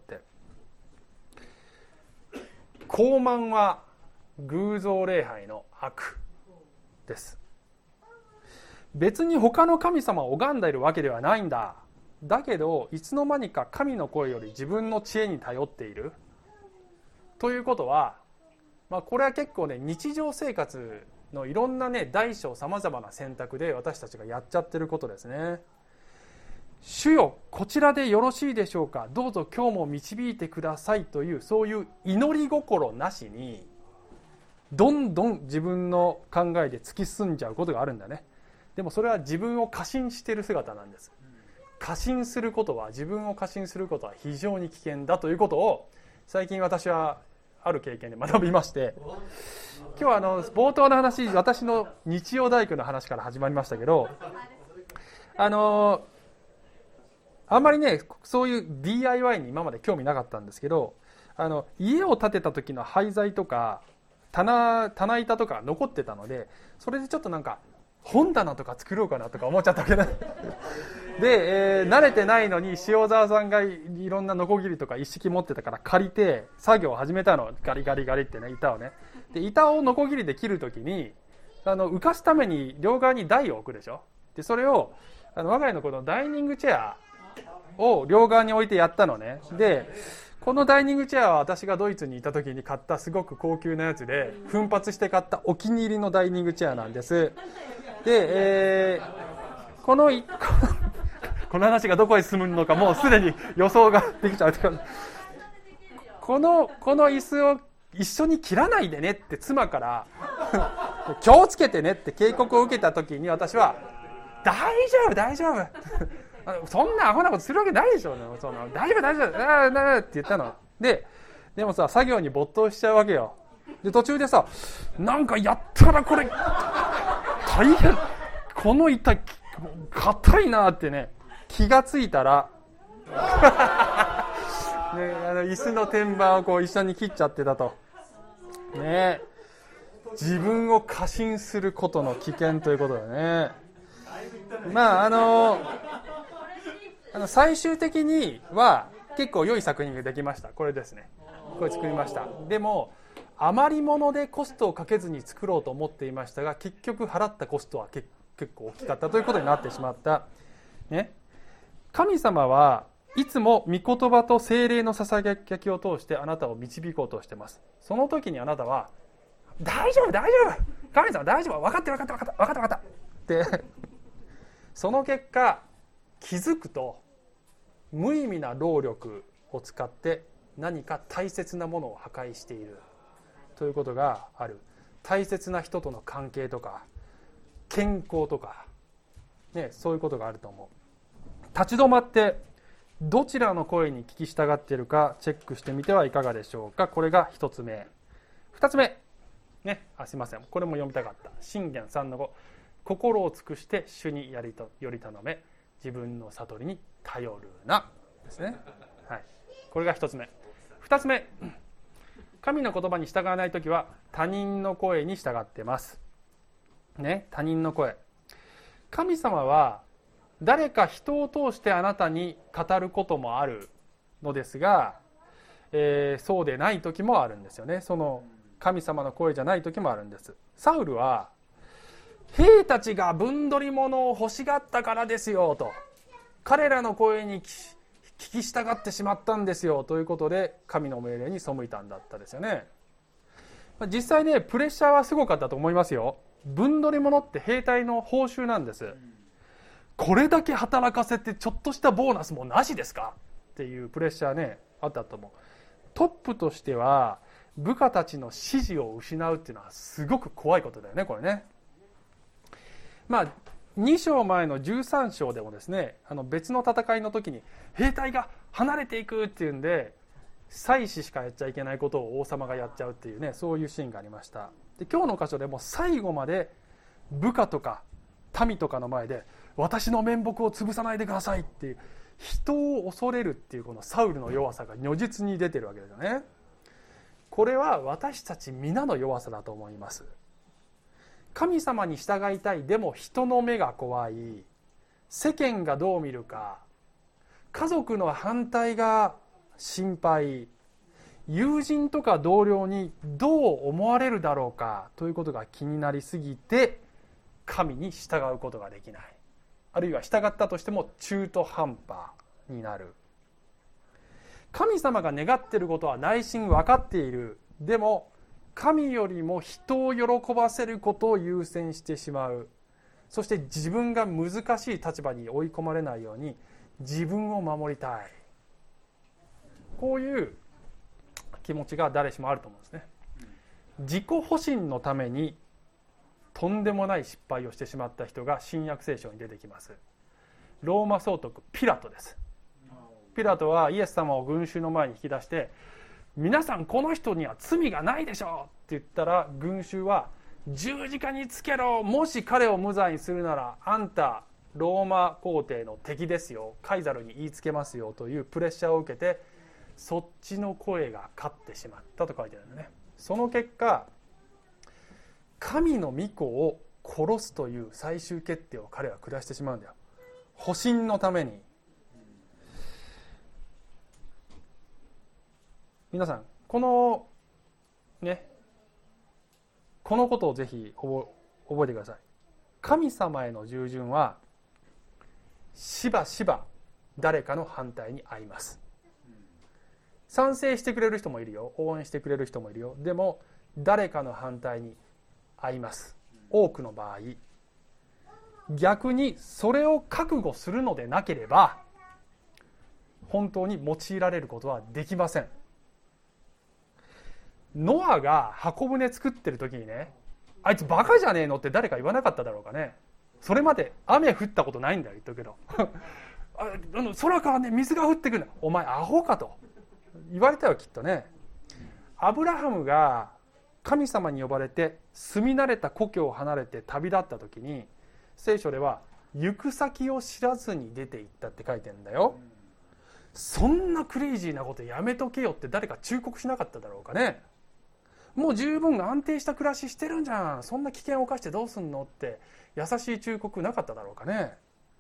傲慢は偶像礼拝の悪です。別に他の神様を拝んでいるわけではないんだ。だけどいつの間にか神の声より自分の知恵に頼っているということは、まあ、これは結構ね、日常生活のいろんなね、大小さまざまな選択で私たちがやっちゃってることですね。主よ、こちらでよろしいでしょうか、どうぞ今日も導いてくださいという、そういう祈り心なしにどんどん自分の考えで突き進んじゃうことがあるんだね。でもそれは自分を過信している姿なんです。過信することは、自分を過信することは非常に危険だということを最近私はある経験で学びまして、今日はあの冒頭の話、私の日曜大工の話から始まりましたけど、あのあんまりね、そういう ディーアイワイ に今まで興味なかったんですけど、あの家を建てた時の廃材とか棚、棚板とか残ってたので、それでちょっとなんか本棚とか作ろうかなとか思っちゃったわけね。で、えー、慣れてないのに塩沢さんがいろんなノコギリとか一式持ってたから借りて作業を始めたの。ガリガリガリってね、板をね。で、板をノコギリで切るときに、あの浮かすために両側に台を置くでしょ。で、それをあの我が家のこのダイニングチェアを両側に置いてやったのね。で、このダイニングチェアは私がドイツにいた時に買ったすごく高級なやつで、奮発して買ったお気に入りのダイニングチェアなんです。で、えー、このこの話がどこへ進むのかもうすでに予想ができちゃう。このこの椅子を一緒に切らないでねって妻から気をつけてねって警告を受けた時に、私は大丈夫大丈夫そんなアホなことするわけないでしょうね、その大丈夫大丈夫ああって言ったので、でもさ、作業に没頭しちゃうわけよ。で、途中でさ、なんかやったらこれ大変、この板硬いなってね、気がついたらね、あの椅子の天板をこう一緒に切っちゃってたとね。自分を過信することの危険ということだね。まああのあの最終的には結構良い作品ができました。これですね、これ作りました。でも余り物でコストをかけずに作ろうと思っていましたが、結局払ったコストは結構大きかったということになってしまった、ね、神様はいつも御言葉と聖霊の捧げ焼きを通してあなたを導こうとしています。その時にあなたは大丈夫大丈夫神様大丈夫分かって分かって分かった分かった分かったってその結果気づくと無意味な労力を使って何か大切なものを破壊しているということがある。大切な人との関係とか健康とか、ね、そういうことがあると思う。立ち止まってどちらの声に聞き従っているかチェックしてみてはいかがでしょうか。これが一つ目。二つ目、ね、あすいません、これも読みたかった。箴言さんのご、心を尽くして主にやりとより頼め、自分の悟りに頼るなですね、はい、これが一つ目。二つ目、神の言葉に従わないときは他人の声に従ってます、ね、他人の声。神様は誰か人を通してあなたに語ることもあるのですが、えー、そうでない時もあるんですよね。その神様の声じゃない時もあるんです。サウルは兵たちが分取り物を欲しがったからですよと、彼らの声に聞き従ってしまったんですよということで神の命令に背いたんだったですよね。実際ね、プレッシャーはすごかったと思いますよ。分取り物って兵隊の報酬なんです。これだけ働かせてちょっとしたボーナスもなしですかっていうプレッシャーね、あったと思う。トップとしては部下たちの支持を失うっていうのはすごく怖いことだよね、これね。まあに章前のじゅうさん章でもですね、あの別の戦いの時に兵隊が離れていくっていうんで、祭司しかやっちゃいけないことを王様がやっちゃうっていうね、そういうシーンがありました。で、今日の箇所でも最後まで部下とか民とかの前で私の面目を潰さないでくださいっていう、人を恐れるっていうこのサウルの弱さが如実に出てるわけですよね。これは私たち皆の弱さだと思います。神様に従いたい、でも人の目が怖い、世間がどう見るか、家族の反対が心配、友人とか同僚にどう思われるだろうかということが気になりすぎて神に従うことができない、あるいは従ったとしても中途半端になる。神様が願っていることは内心分かっている。でも神よりも人を喜ばせることを優先してしまう。そして自分が難しい立場に追い込まれないように自分を守りたい、こういう気持ちが誰しもあると思うんですね。自己保身のためにとんでもない失敗をしてしまった人が新約聖書に出てきます。ローマ総督ピラトです。ピラトはイエス様を群衆の前に引き出して、皆さんこの人には罪がないでしょうって言ったら、群衆は十字架につけろ、もし彼を無罪にするならあんたローマ皇帝の敵ですよ、カイザルに言いつけますよというプレッシャーを受けて、そっちの声が勝ってしまったと書いてあるんだね。その結果、神の御子を殺すという最終決定を彼は下してしまうんだよ、保身のために。皆さんこのね、このことをぜひ覚えてください。神様への従順はしばしば誰かの反対に遭います。賛成してくれる人もいるよ、応援してくれる人もいるよ。でも誰かの反対に遭います。多くの場合、逆にそれを覚悟するのでなければ本当に用いられることはできません。ノアが箱舟作ってる時にね、あいつバカじゃねえのって誰か言わなかっただろうかね。それまで雨降ったことないんだよ、言っとくけどあの空からね水が降ってくる、お前アホかと言われたよきっとね。アブラハムが神様に呼ばれて住み慣れた故郷を離れて旅立った時に、聖書では行く先を知らずに出て行ったって書いてるんだよ。そんなクレイジーなことやめとけよって誰か忠告しなかっただろうかね。もう十分安定した暮らししてるんじゃん、そんな危険を冒してどうすんのって優しい忠告なかっただろうかね。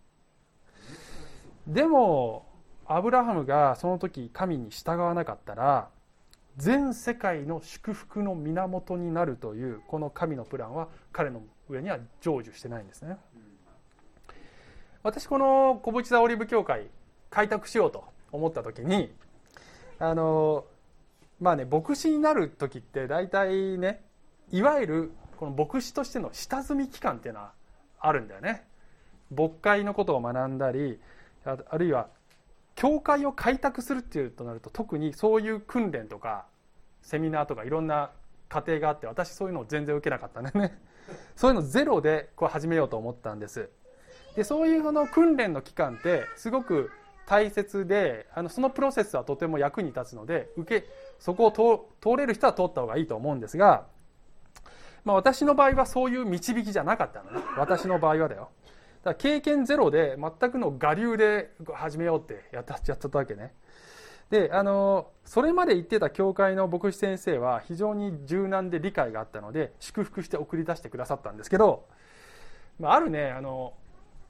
でもアブラハムがその時神に従わなかったら、全世界の祝福の源になるというこの神のプランは彼の上には成就してないんですね。私この小淵沢オリーブ教会開拓しようと思った時に、あのまあね、牧師になる時って大体ね、いわゆるこの牧師としての下積み期間っていうのはあるんだよね。牧会のことを学んだり、あるいは教会を開拓するっていうとなると、特にそういう訓練とかセミナーとかいろんな過程があって、私そういうのを全然受けなかったんでねそういうのゼロでこう始めようと思ったんです。でそういうその訓練の期間ってすごく大切で、あのそのプロセスはとても役に立つので、受けそこを 通, 通れる人は通った方がいいと思うんですが、まあ、私の場合はそういう導きじゃなかったのね。私の場合はだよ。だから経験ゼロで全くの我流で始めようってやったやったわけね。であのそれまで行ってた教会の牧師先生は非常に柔軟で理解があったので祝福して送り出してくださったんですけど、まあ、あるねあのち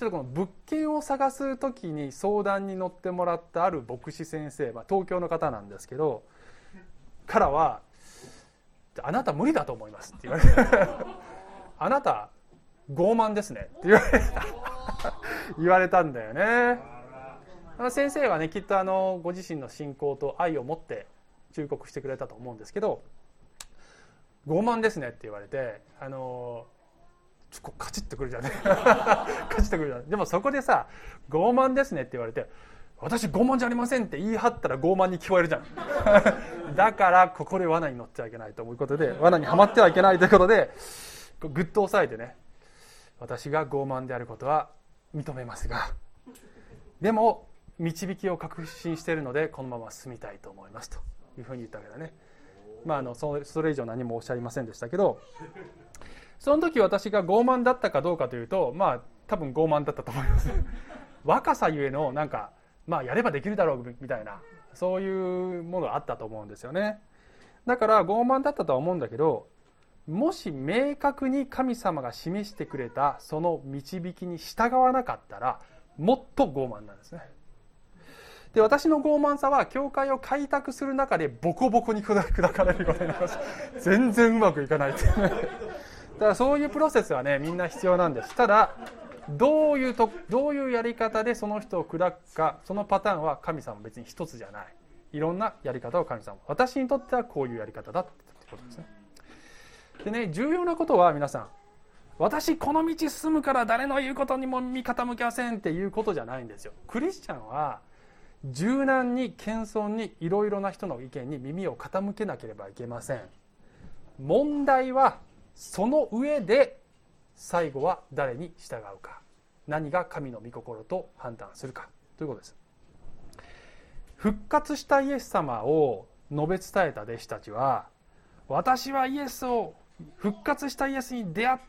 ちょっとこの物件を探す時に相談に乗ってもらったある牧師先生、まあ、東京の方なんですけどからはあなた無理だと思いますって言われてあなた傲慢ですねって言われた言われたんだよね。先生はねきっとあのご自身の信仰と愛を持って忠告してくれたと思うんですけど、傲慢ですねって言われてあのちょっとカチッとくるじゃんねカチッとくるじゃん。でもそこでさ傲慢ですねって言われて私傲慢じゃありませんって言い張ったら傲慢に聞こえるじゃんだからここで罠に乗っちゃいけないということで罠にはまってはいけないということでぐっと押さえてね、私が傲慢であることは認めますがでも導きを確信しているのでこのまま進みたいと思いますというふうに言ったわけだね。まあ、あのそれ以上何もおっしゃりませんでしたけど、その時私が傲慢だったかどうかというとまあ多分傲慢だったと思います若さゆえのなんかまあやればできるだろうみたいなそういうものがあったと思うんですよね。だから傲慢だったとは思うんだけど、もし明確に神様が示してくれたその導きに従わなかったらもっと傲慢なんですね。で私の傲慢さは教会を開拓する中でボコボコに砕かれることになります。全然うまくいかないっていうね。だからそういうプロセスはねみんな必要なんです。ただどういうとどういうやり方でその人を砕くか、そのパターンは神様別に一つじゃない。いろんなやり方を神様、私にとってはこういうやり方だってことですね。でね、重要なことは皆さん、私この道進むから誰の言うことにも耳傾きませんっていうことじゃないんですよ。クリスチャンは柔軟に謙遜にいろいろな人の意見に耳を傾けなければいけません。問題はその上で最後は誰に従うか、何が神の御心と判断するかということです。復活したイエス様を述べ伝えた弟子たちは、私はイエスを復活したイエスに出会った、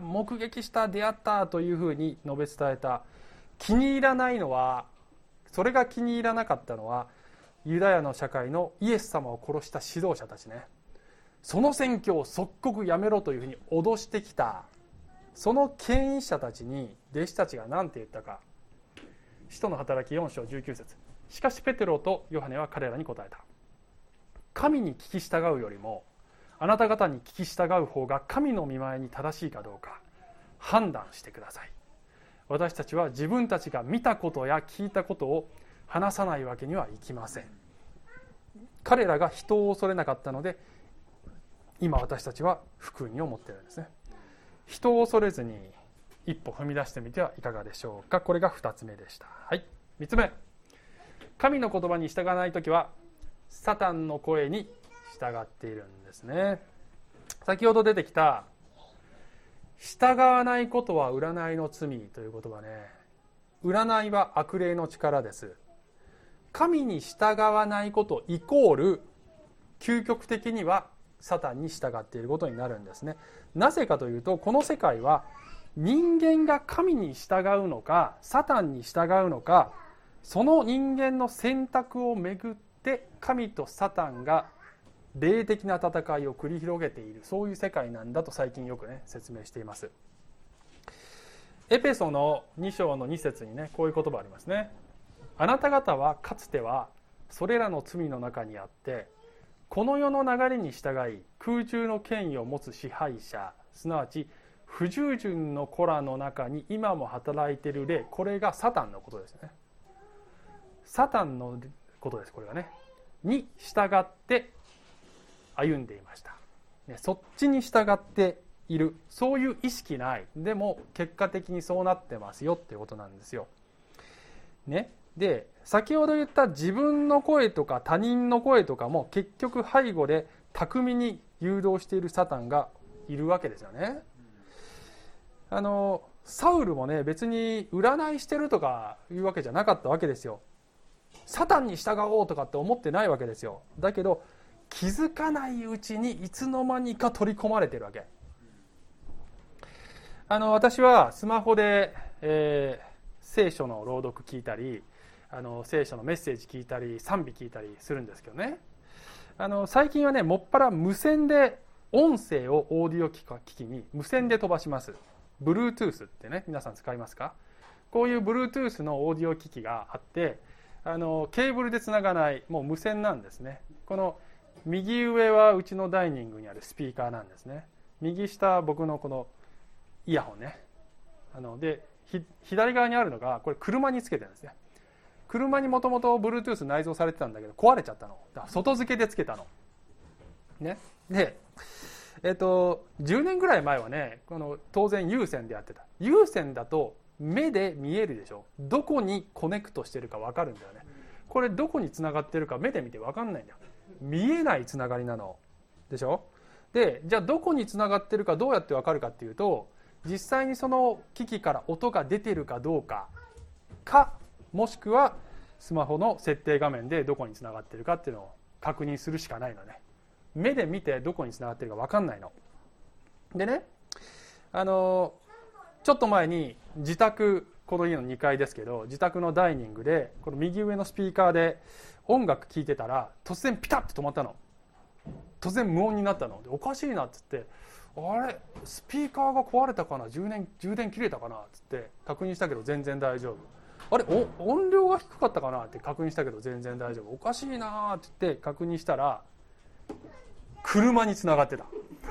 目撃した出会ったというふうに述べ伝えた。気に入らないのは、それが気に入らなかったのはユダヤの社会のイエス様を殺した指導者たちね。その宣教を即刻やめろというふうに脅してきたその権威者たちに弟子たちが何て言ったか。使徒の働きよん章じゅうきゅう節。しかしペテロとヨハネは彼らに答えた。神に聞き従うよりもあなた方に聞き従う方が神の御前に正しいかどうか判断してください。私たちは自分たちが見たことや聞いたことを話さないわけにはいきません。彼らが人を恐れなかったので今私たちは福音を持っているんですね。人を恐れずに一歩踏み出してみてはいかがでしょうか。これがふたつめでした。はい、みっつめ、神の言葉に従わないときはサタンの声に従っているんですね。先ほど出てきた従わないことは占いの罪という言葉ね。占いは悪霊の力です。神に従わないことイコール究極的にはサタンに従っていることになるんですね。なぜかというと、この世界は人間が神に従うのかサタンに従うのか、その人間の選択をめぐって神とサタンが霊的な戦いを繰り広げている、そういう世界なんだと最近よくね説明しています。エペソのに章のに節にねこういう言葉ありますね。あなた方はかつてはそれらの罪の中にあってこの世の流れに従い空中の権威を持つ支配者、すなわち不従順の子らの中に今も働いている霊、これがサタンのことですね。サタンのことです。これがねに従って歩んでいました、ね、そっちに従っている、そういう意識ない、でも結果的にそうなってますよっていうことなんですよ、ね、で先ほど言った自分の声とか他人の声とかも結局背後で巧みに誘導しているサタンがいるわけですよね。あのサウルもね別に占いしてるとかいうわけじゃなかったわけですよ。サタンに従おうとかって思ってないわけですよ。だけど気づかないうちにいつの間にか取り込まれてるわけ。あの私はスマホで、えー、聖書の朗読聞いたり、あの聖書のメッセージ聞いたり賛美聞いたりするんですけどね、あの最近はねもっぱら無線で音声をオーディオ機器に無線で飛ばします。 Bluetooth ってね皆さん使いますか？ こういう Bluetooth のオーディオ機器があって、あのケーブルでつながない、もう無線なんですね。この右上はうちのダイニングにあるスピーカーなんですね。右下僕のこのイヤホンね。あので左側にあるのがこれ車につけてるんですね。車にもともと Bluetooth 内蔵されてたんだけど壊れちゃったの。だから外付けでつけたの。ね。で、えっとじゅうねんぐらい前はね、この当然有線でやってた。有線だと目で見えるでしょ。どこにコネクトしてるか分かるんだよね。これどこにつながってるか目で見て分かんないんだよ。見えないつながりなのでしょ。で、じゃあどこにつながってるかどうやって分かるかっていうと、実際にその機器から音が出てるかどうかか、もしくはスマホの設定画面でどこにつながってるかっていうのを確認するしかないのね。目で見てどこにつながってるか分かんないのでね、あのちょっと前に自宅、この家のにかいですけど、自宅のダイニングでこの右上のスピーカーで音楽聴いてたら突然ピタッと止まったの。突然無音になったので、おかしいなっつって、あれスピーカーが壊れたかな、充電充電切れたかなっつって確認したけど全然大丈夫。あれお音量が低かったかなって確認したけど全然大丈夫。おかしいなって言って確認したら車につながってた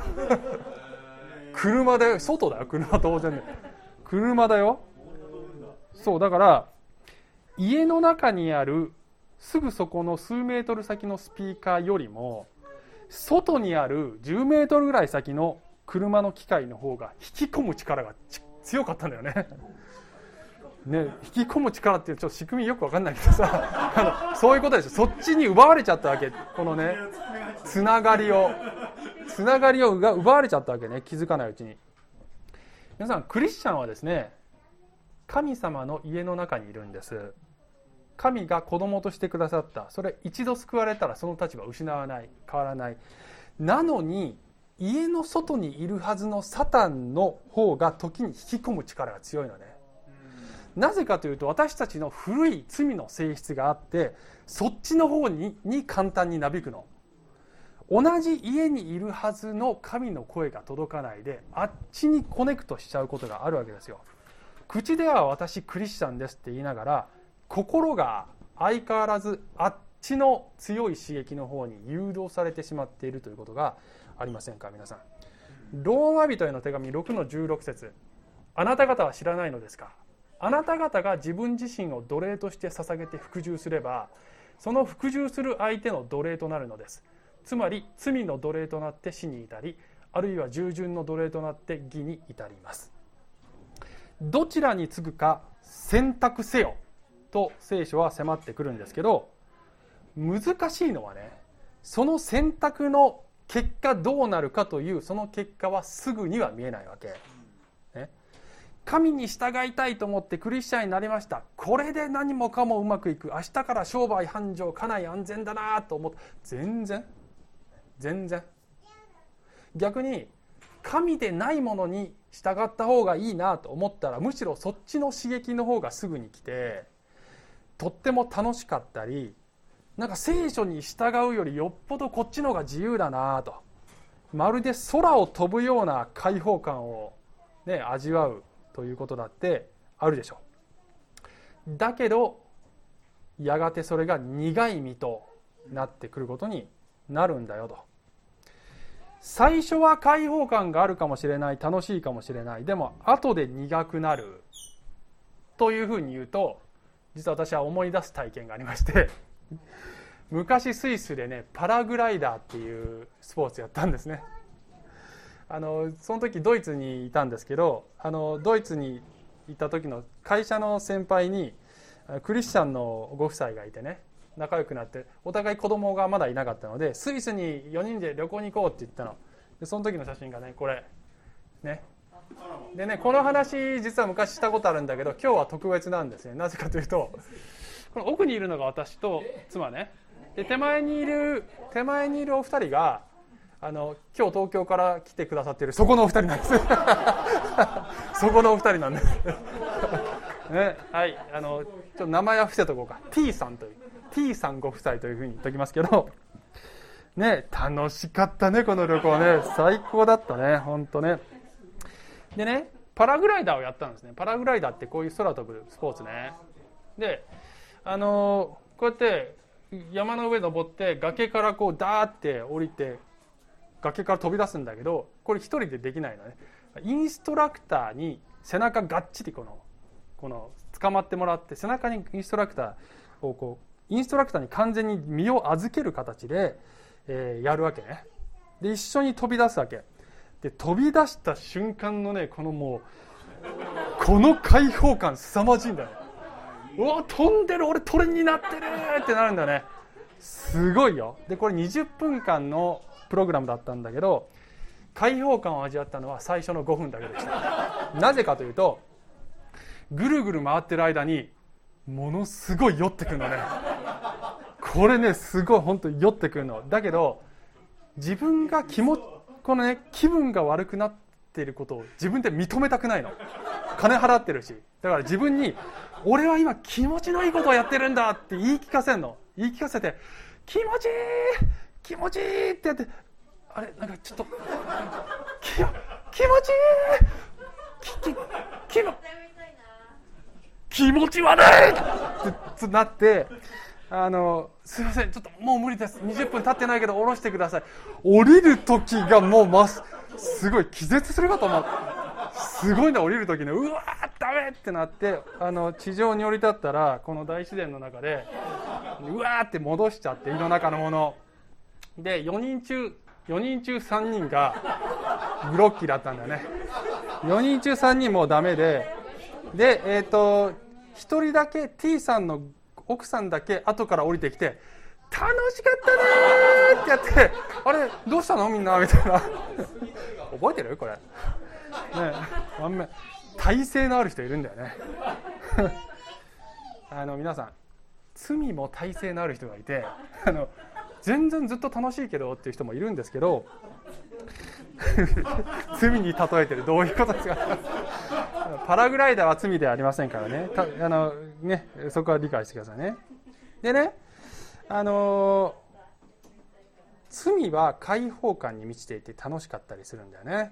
車だよ、外だよ、車当然ね、車だよ。そうだから家の中にあるすぐそこの数メートル先のスピーカーよりも外にあるじゅうメートルぐらい先の車の機械の方が引き込む力が強かったんだよね。ね、引き込む力っていうちょっと仕組みよく分かんないけどさあのそういうことでしょ。そっちに奪われちゃったわけ。このねつながりをつながりを奪われちゃったわけね、気づかないうちに。皆さんクリスチャンはですね、神様の家の中にいるんです。神が子供としてくださった。それ一度救われたらその立場を失わない、変わらない。なのに家の外にいるはずのサタンの方が時に引き込む力が強いのね。なぜかというと私たちの古い罪の性質があって、そっちの方にに簡単になびくの。同じ家にいるはずの神の声が届かないで、あっちにコネクトしちゃうことがあるわけですよ。口では私クリスチャンですって言いながら、心が相変わらずあっちの強い刺激の方に誘導されてしまっているということがありませんか皆さん。ローマ人への手紙ろくのじゅうろく節、あなた方は知らないのですか。あなた方が自分自身を奴隷として捧げて服従すれば、その服従する相手の奴隷となるのです。つまり罪の奴隷となって死に至り、あるいは従順の奴隷となって義に至ります。どちらにつくか選択せよと聖書は迫ってくるんですけど、難しいのはね、その選択の結果どうなるかというその結果はすぐには見えないわけ、ね、神に従いたいと思ってクリスチャンになりました。これで何もかもうまくいく、明日から商売繁盛、家内安全だなと思って、全然全然逆に神でないものに従った方がいいなと思ったら、むしろそっちの刺激の方がすぐに来てとっても楽しかったり、なんか聖書に従うよりよっぽどこっちの方が自由だなと、まるで空を飛ぶような解放感を、ね、味わうということだってあるでしょう。だけどやがてそれが苦い実となってくることになるんだよと。最初は解放感があるかもしれない、楽しいかもしれない、でも後で苦くなるというふうに言うと、実は私は思い出す体験がありまして昔スイスでねパラグライダーっていうスポーツやったんですね。あのその時ドイツにいたんですけど、あのドイツにいた時の会社の先輩にクリスチャンのご夫妻がいてね、仲良くなって、お互い子供がまだいなかったのでスイスによにんで旅行に行こうって言ったので、その時の写真がねこれねでね、この話実は昔したことあるんだけど今日は特別なんですね。なぜかというと、この奥にいるのが私と妻ね、で手前にいる手前にいるお二人があの今日東京から来てくださっているそこのお二人なんですそこのお二人なんですね、はい、あのちょっと名前は伏せとこうか。 T さんという T さんご夫妻というふうに言っておきますけどね、楽しかったねこの旅行ね、最高だったね本当ね。でね、 パラグライダーをやったんですね。パラグライダーってこういう空飛ぶスポーツね。で、あのー、こうやって山の上登って崖からこうダーって降りて崖から飛び出すんだけど、これ一人でできないのね。インストラクターに背中がっちりこのこの捕まってもらって、背中にインストラクターをこうインストラクターに完全に身を預ける形で、えー、やるわけね。で一緒に飛び出すわけで、飛び出した瞬間のね、このもうこの開放感凄まじいんだよね。うわ飛んでる、俺鳥になってるってなるんだよね。すごいよ。でこれにじゅっぷんかんのプログラムだったんだけど、開放感を味わったのは最初のごふんだけでした。なぜかというと、ぐるぐる回ってる間にものすごい酔ってくるのね。これねすごい本当に酔ってくるのだけど、自分が気もこのね気分が悪くなっていることを自分で認めたくないの。金払ってるし、だから自分に俺は今気持ちのいいことをやってるんだって言い聞かせるの。言い聞かせて気持ちいい気持ちいいってやって、あれなんかちょっと気, 気持ちいいきき気持ち悪いってなって、あのすいませんちょっともう無理です、にじゅっぷん経ってないけど降ろしてください。降りる時がもうますすごい気絶するかと思う。すごいんだ、降りる時ね、うわーダメってなって、あの地上に降り立ったらこの大自然の中でうわーって戻しちゃって、胃の中のものでよにん中よにん中さんにんがグロッキーだったんだよね。よにん中さんにんもうダメで、でえっとひとりだけ T さんの奥さんだけ後から降りてきて、楽しかったねってやって、あれどうしたのみんなみたいな覚えてるこれね。あんま体勢のある人いるんだよねあの皆さん罪も体勢のある人がいて、あの全然ずっと楽しいけどっていう人もいるんですけど罪に例えてる、どういうことですかパラグライダーは罪ではありませんからね、たあのねそこは理解してくださいね。でね、あの罪は開放感に満ちていて楽しかったりするんだよね。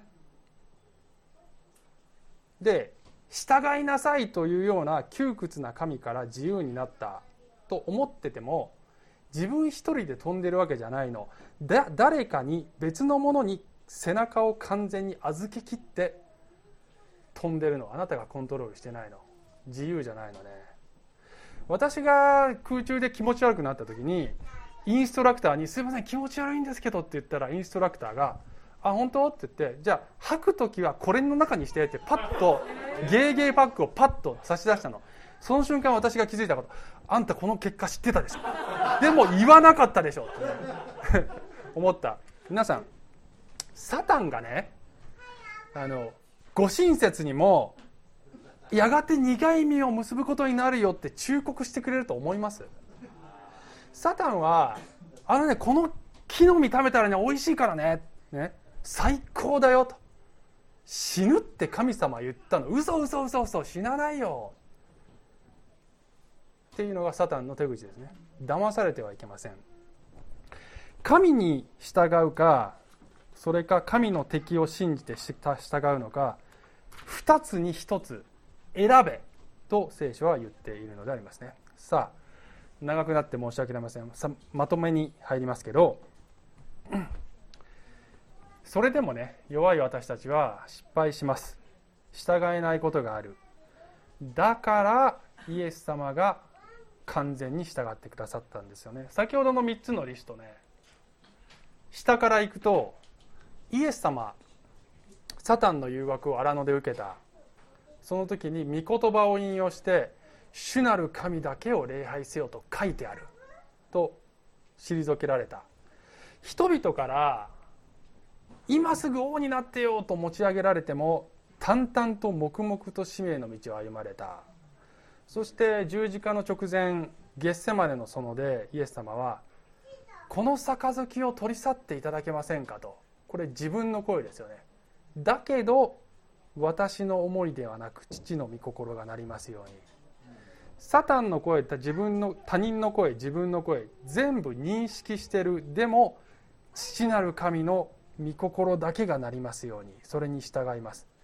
で従いなさいというような窮屈な神から自由になったと思ってても、自分一人で飛んでるわけじゃないの。だ誰かに別のものに背中を完全に預けきって飛んでるの。あなたがコントロールしてないの。自由じゃないのね。私が空中で気持ち悪くなった時にインストラクターにすいません気持ち悪いんですけどって言ったら、インストラクターがあ本当って言って、じゃあ吐く時はこれの中にしてってパッとゲーゲーパックをパッと差し出したの。その瞬間私が気づいたこと、あんたこの結果知ってたでしょ、でも言わなかったでしょって思った。皆さんサタンがね、あのご親切にもやがて苦い実を結ぶことになるよって忠告してくれると思います？サタンはあのねこの木の実食べたらね美味しいからねね最高だよと、死ぬって神様言ったの、嘘嘘嘘嘘死なないよっていうのがサタンの手口ですね。騙されてはいけません。神に従うか、それか神の敵を信じて従うのか、二つに一つ選べと聖書は言っているのでありますね。さあ長くなって申し訳ありません。さまとめに入りますけど、それでもね弱い私たちは失敗します。従えないことがある。だからイエス様が完全に従ってくださったんですよね。先ほどのみっつのリストね、下からいくとイエス様サタンの誘惑を荒野で受けた。その時に御言葉を引用して主なる神だけを礼拝せよと書いてあると退けられた。人々から今すぐ王になってよと持ち上げられても淡々と黙々と使命の道を歩まれた。そして十字架の直前ゲッセマネの園でイエス様はこの杯を取り去っていただけませんかと、これ自分の声ですよね。だけど私の思いではなく父の御心がなりますように。サタンの声って自分の他人の声自分の声全部認識してる。でも父なる神の御心だけがなりますように、それに従います。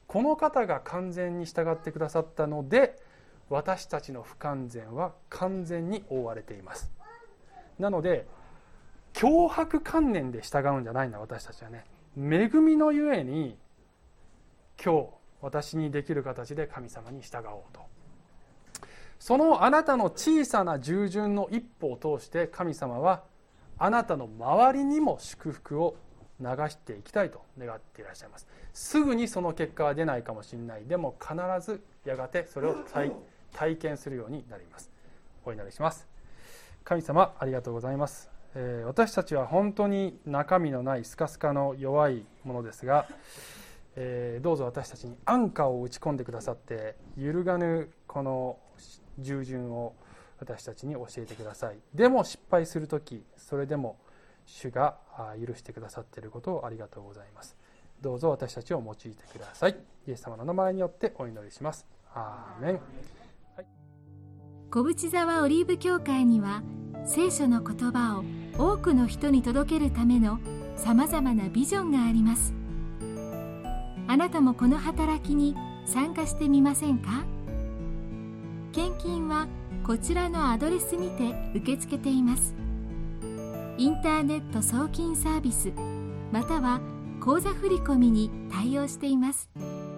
この方が完全に従ってくださったので、私たちの不完全は完全に覆われています。なので強迫観念で従うんじゃないんだ。私たちはね、恵みのゆえに今日私にできる形で神様に従おうと。そのあなたの小さな従順の一歩を通して神様はあなたの周りにも祝福を流していきたいと願っていらっしゃいます。すぐにその結果は出ないかもしれない。でも必ずやがてそれを 体, 体験するようになります。お祈りします。神様ありがとうございます。えー、私たちは本当に中身のないスカスカの弱いものですが、えー、どうぞ私たちに安価を打ち込んでくださって揺るがぬこの従順を私たちに教えてください。でも失敗するとき、それでも主が許してくださっていることをありがとうございます。どうぞ私たちを用いてください。イエス様の名前によってお祈りします。アーメン。はい、 小淵沢オリーブ教会には聖書の言葉を多くの人に届けるためのさまざまなビジョンがあります。あなたもこの働きに参加してみませんか？献金はこちらのアドレスにて受け付けています。インターネット送金サービスまたは口座振込に対応しています。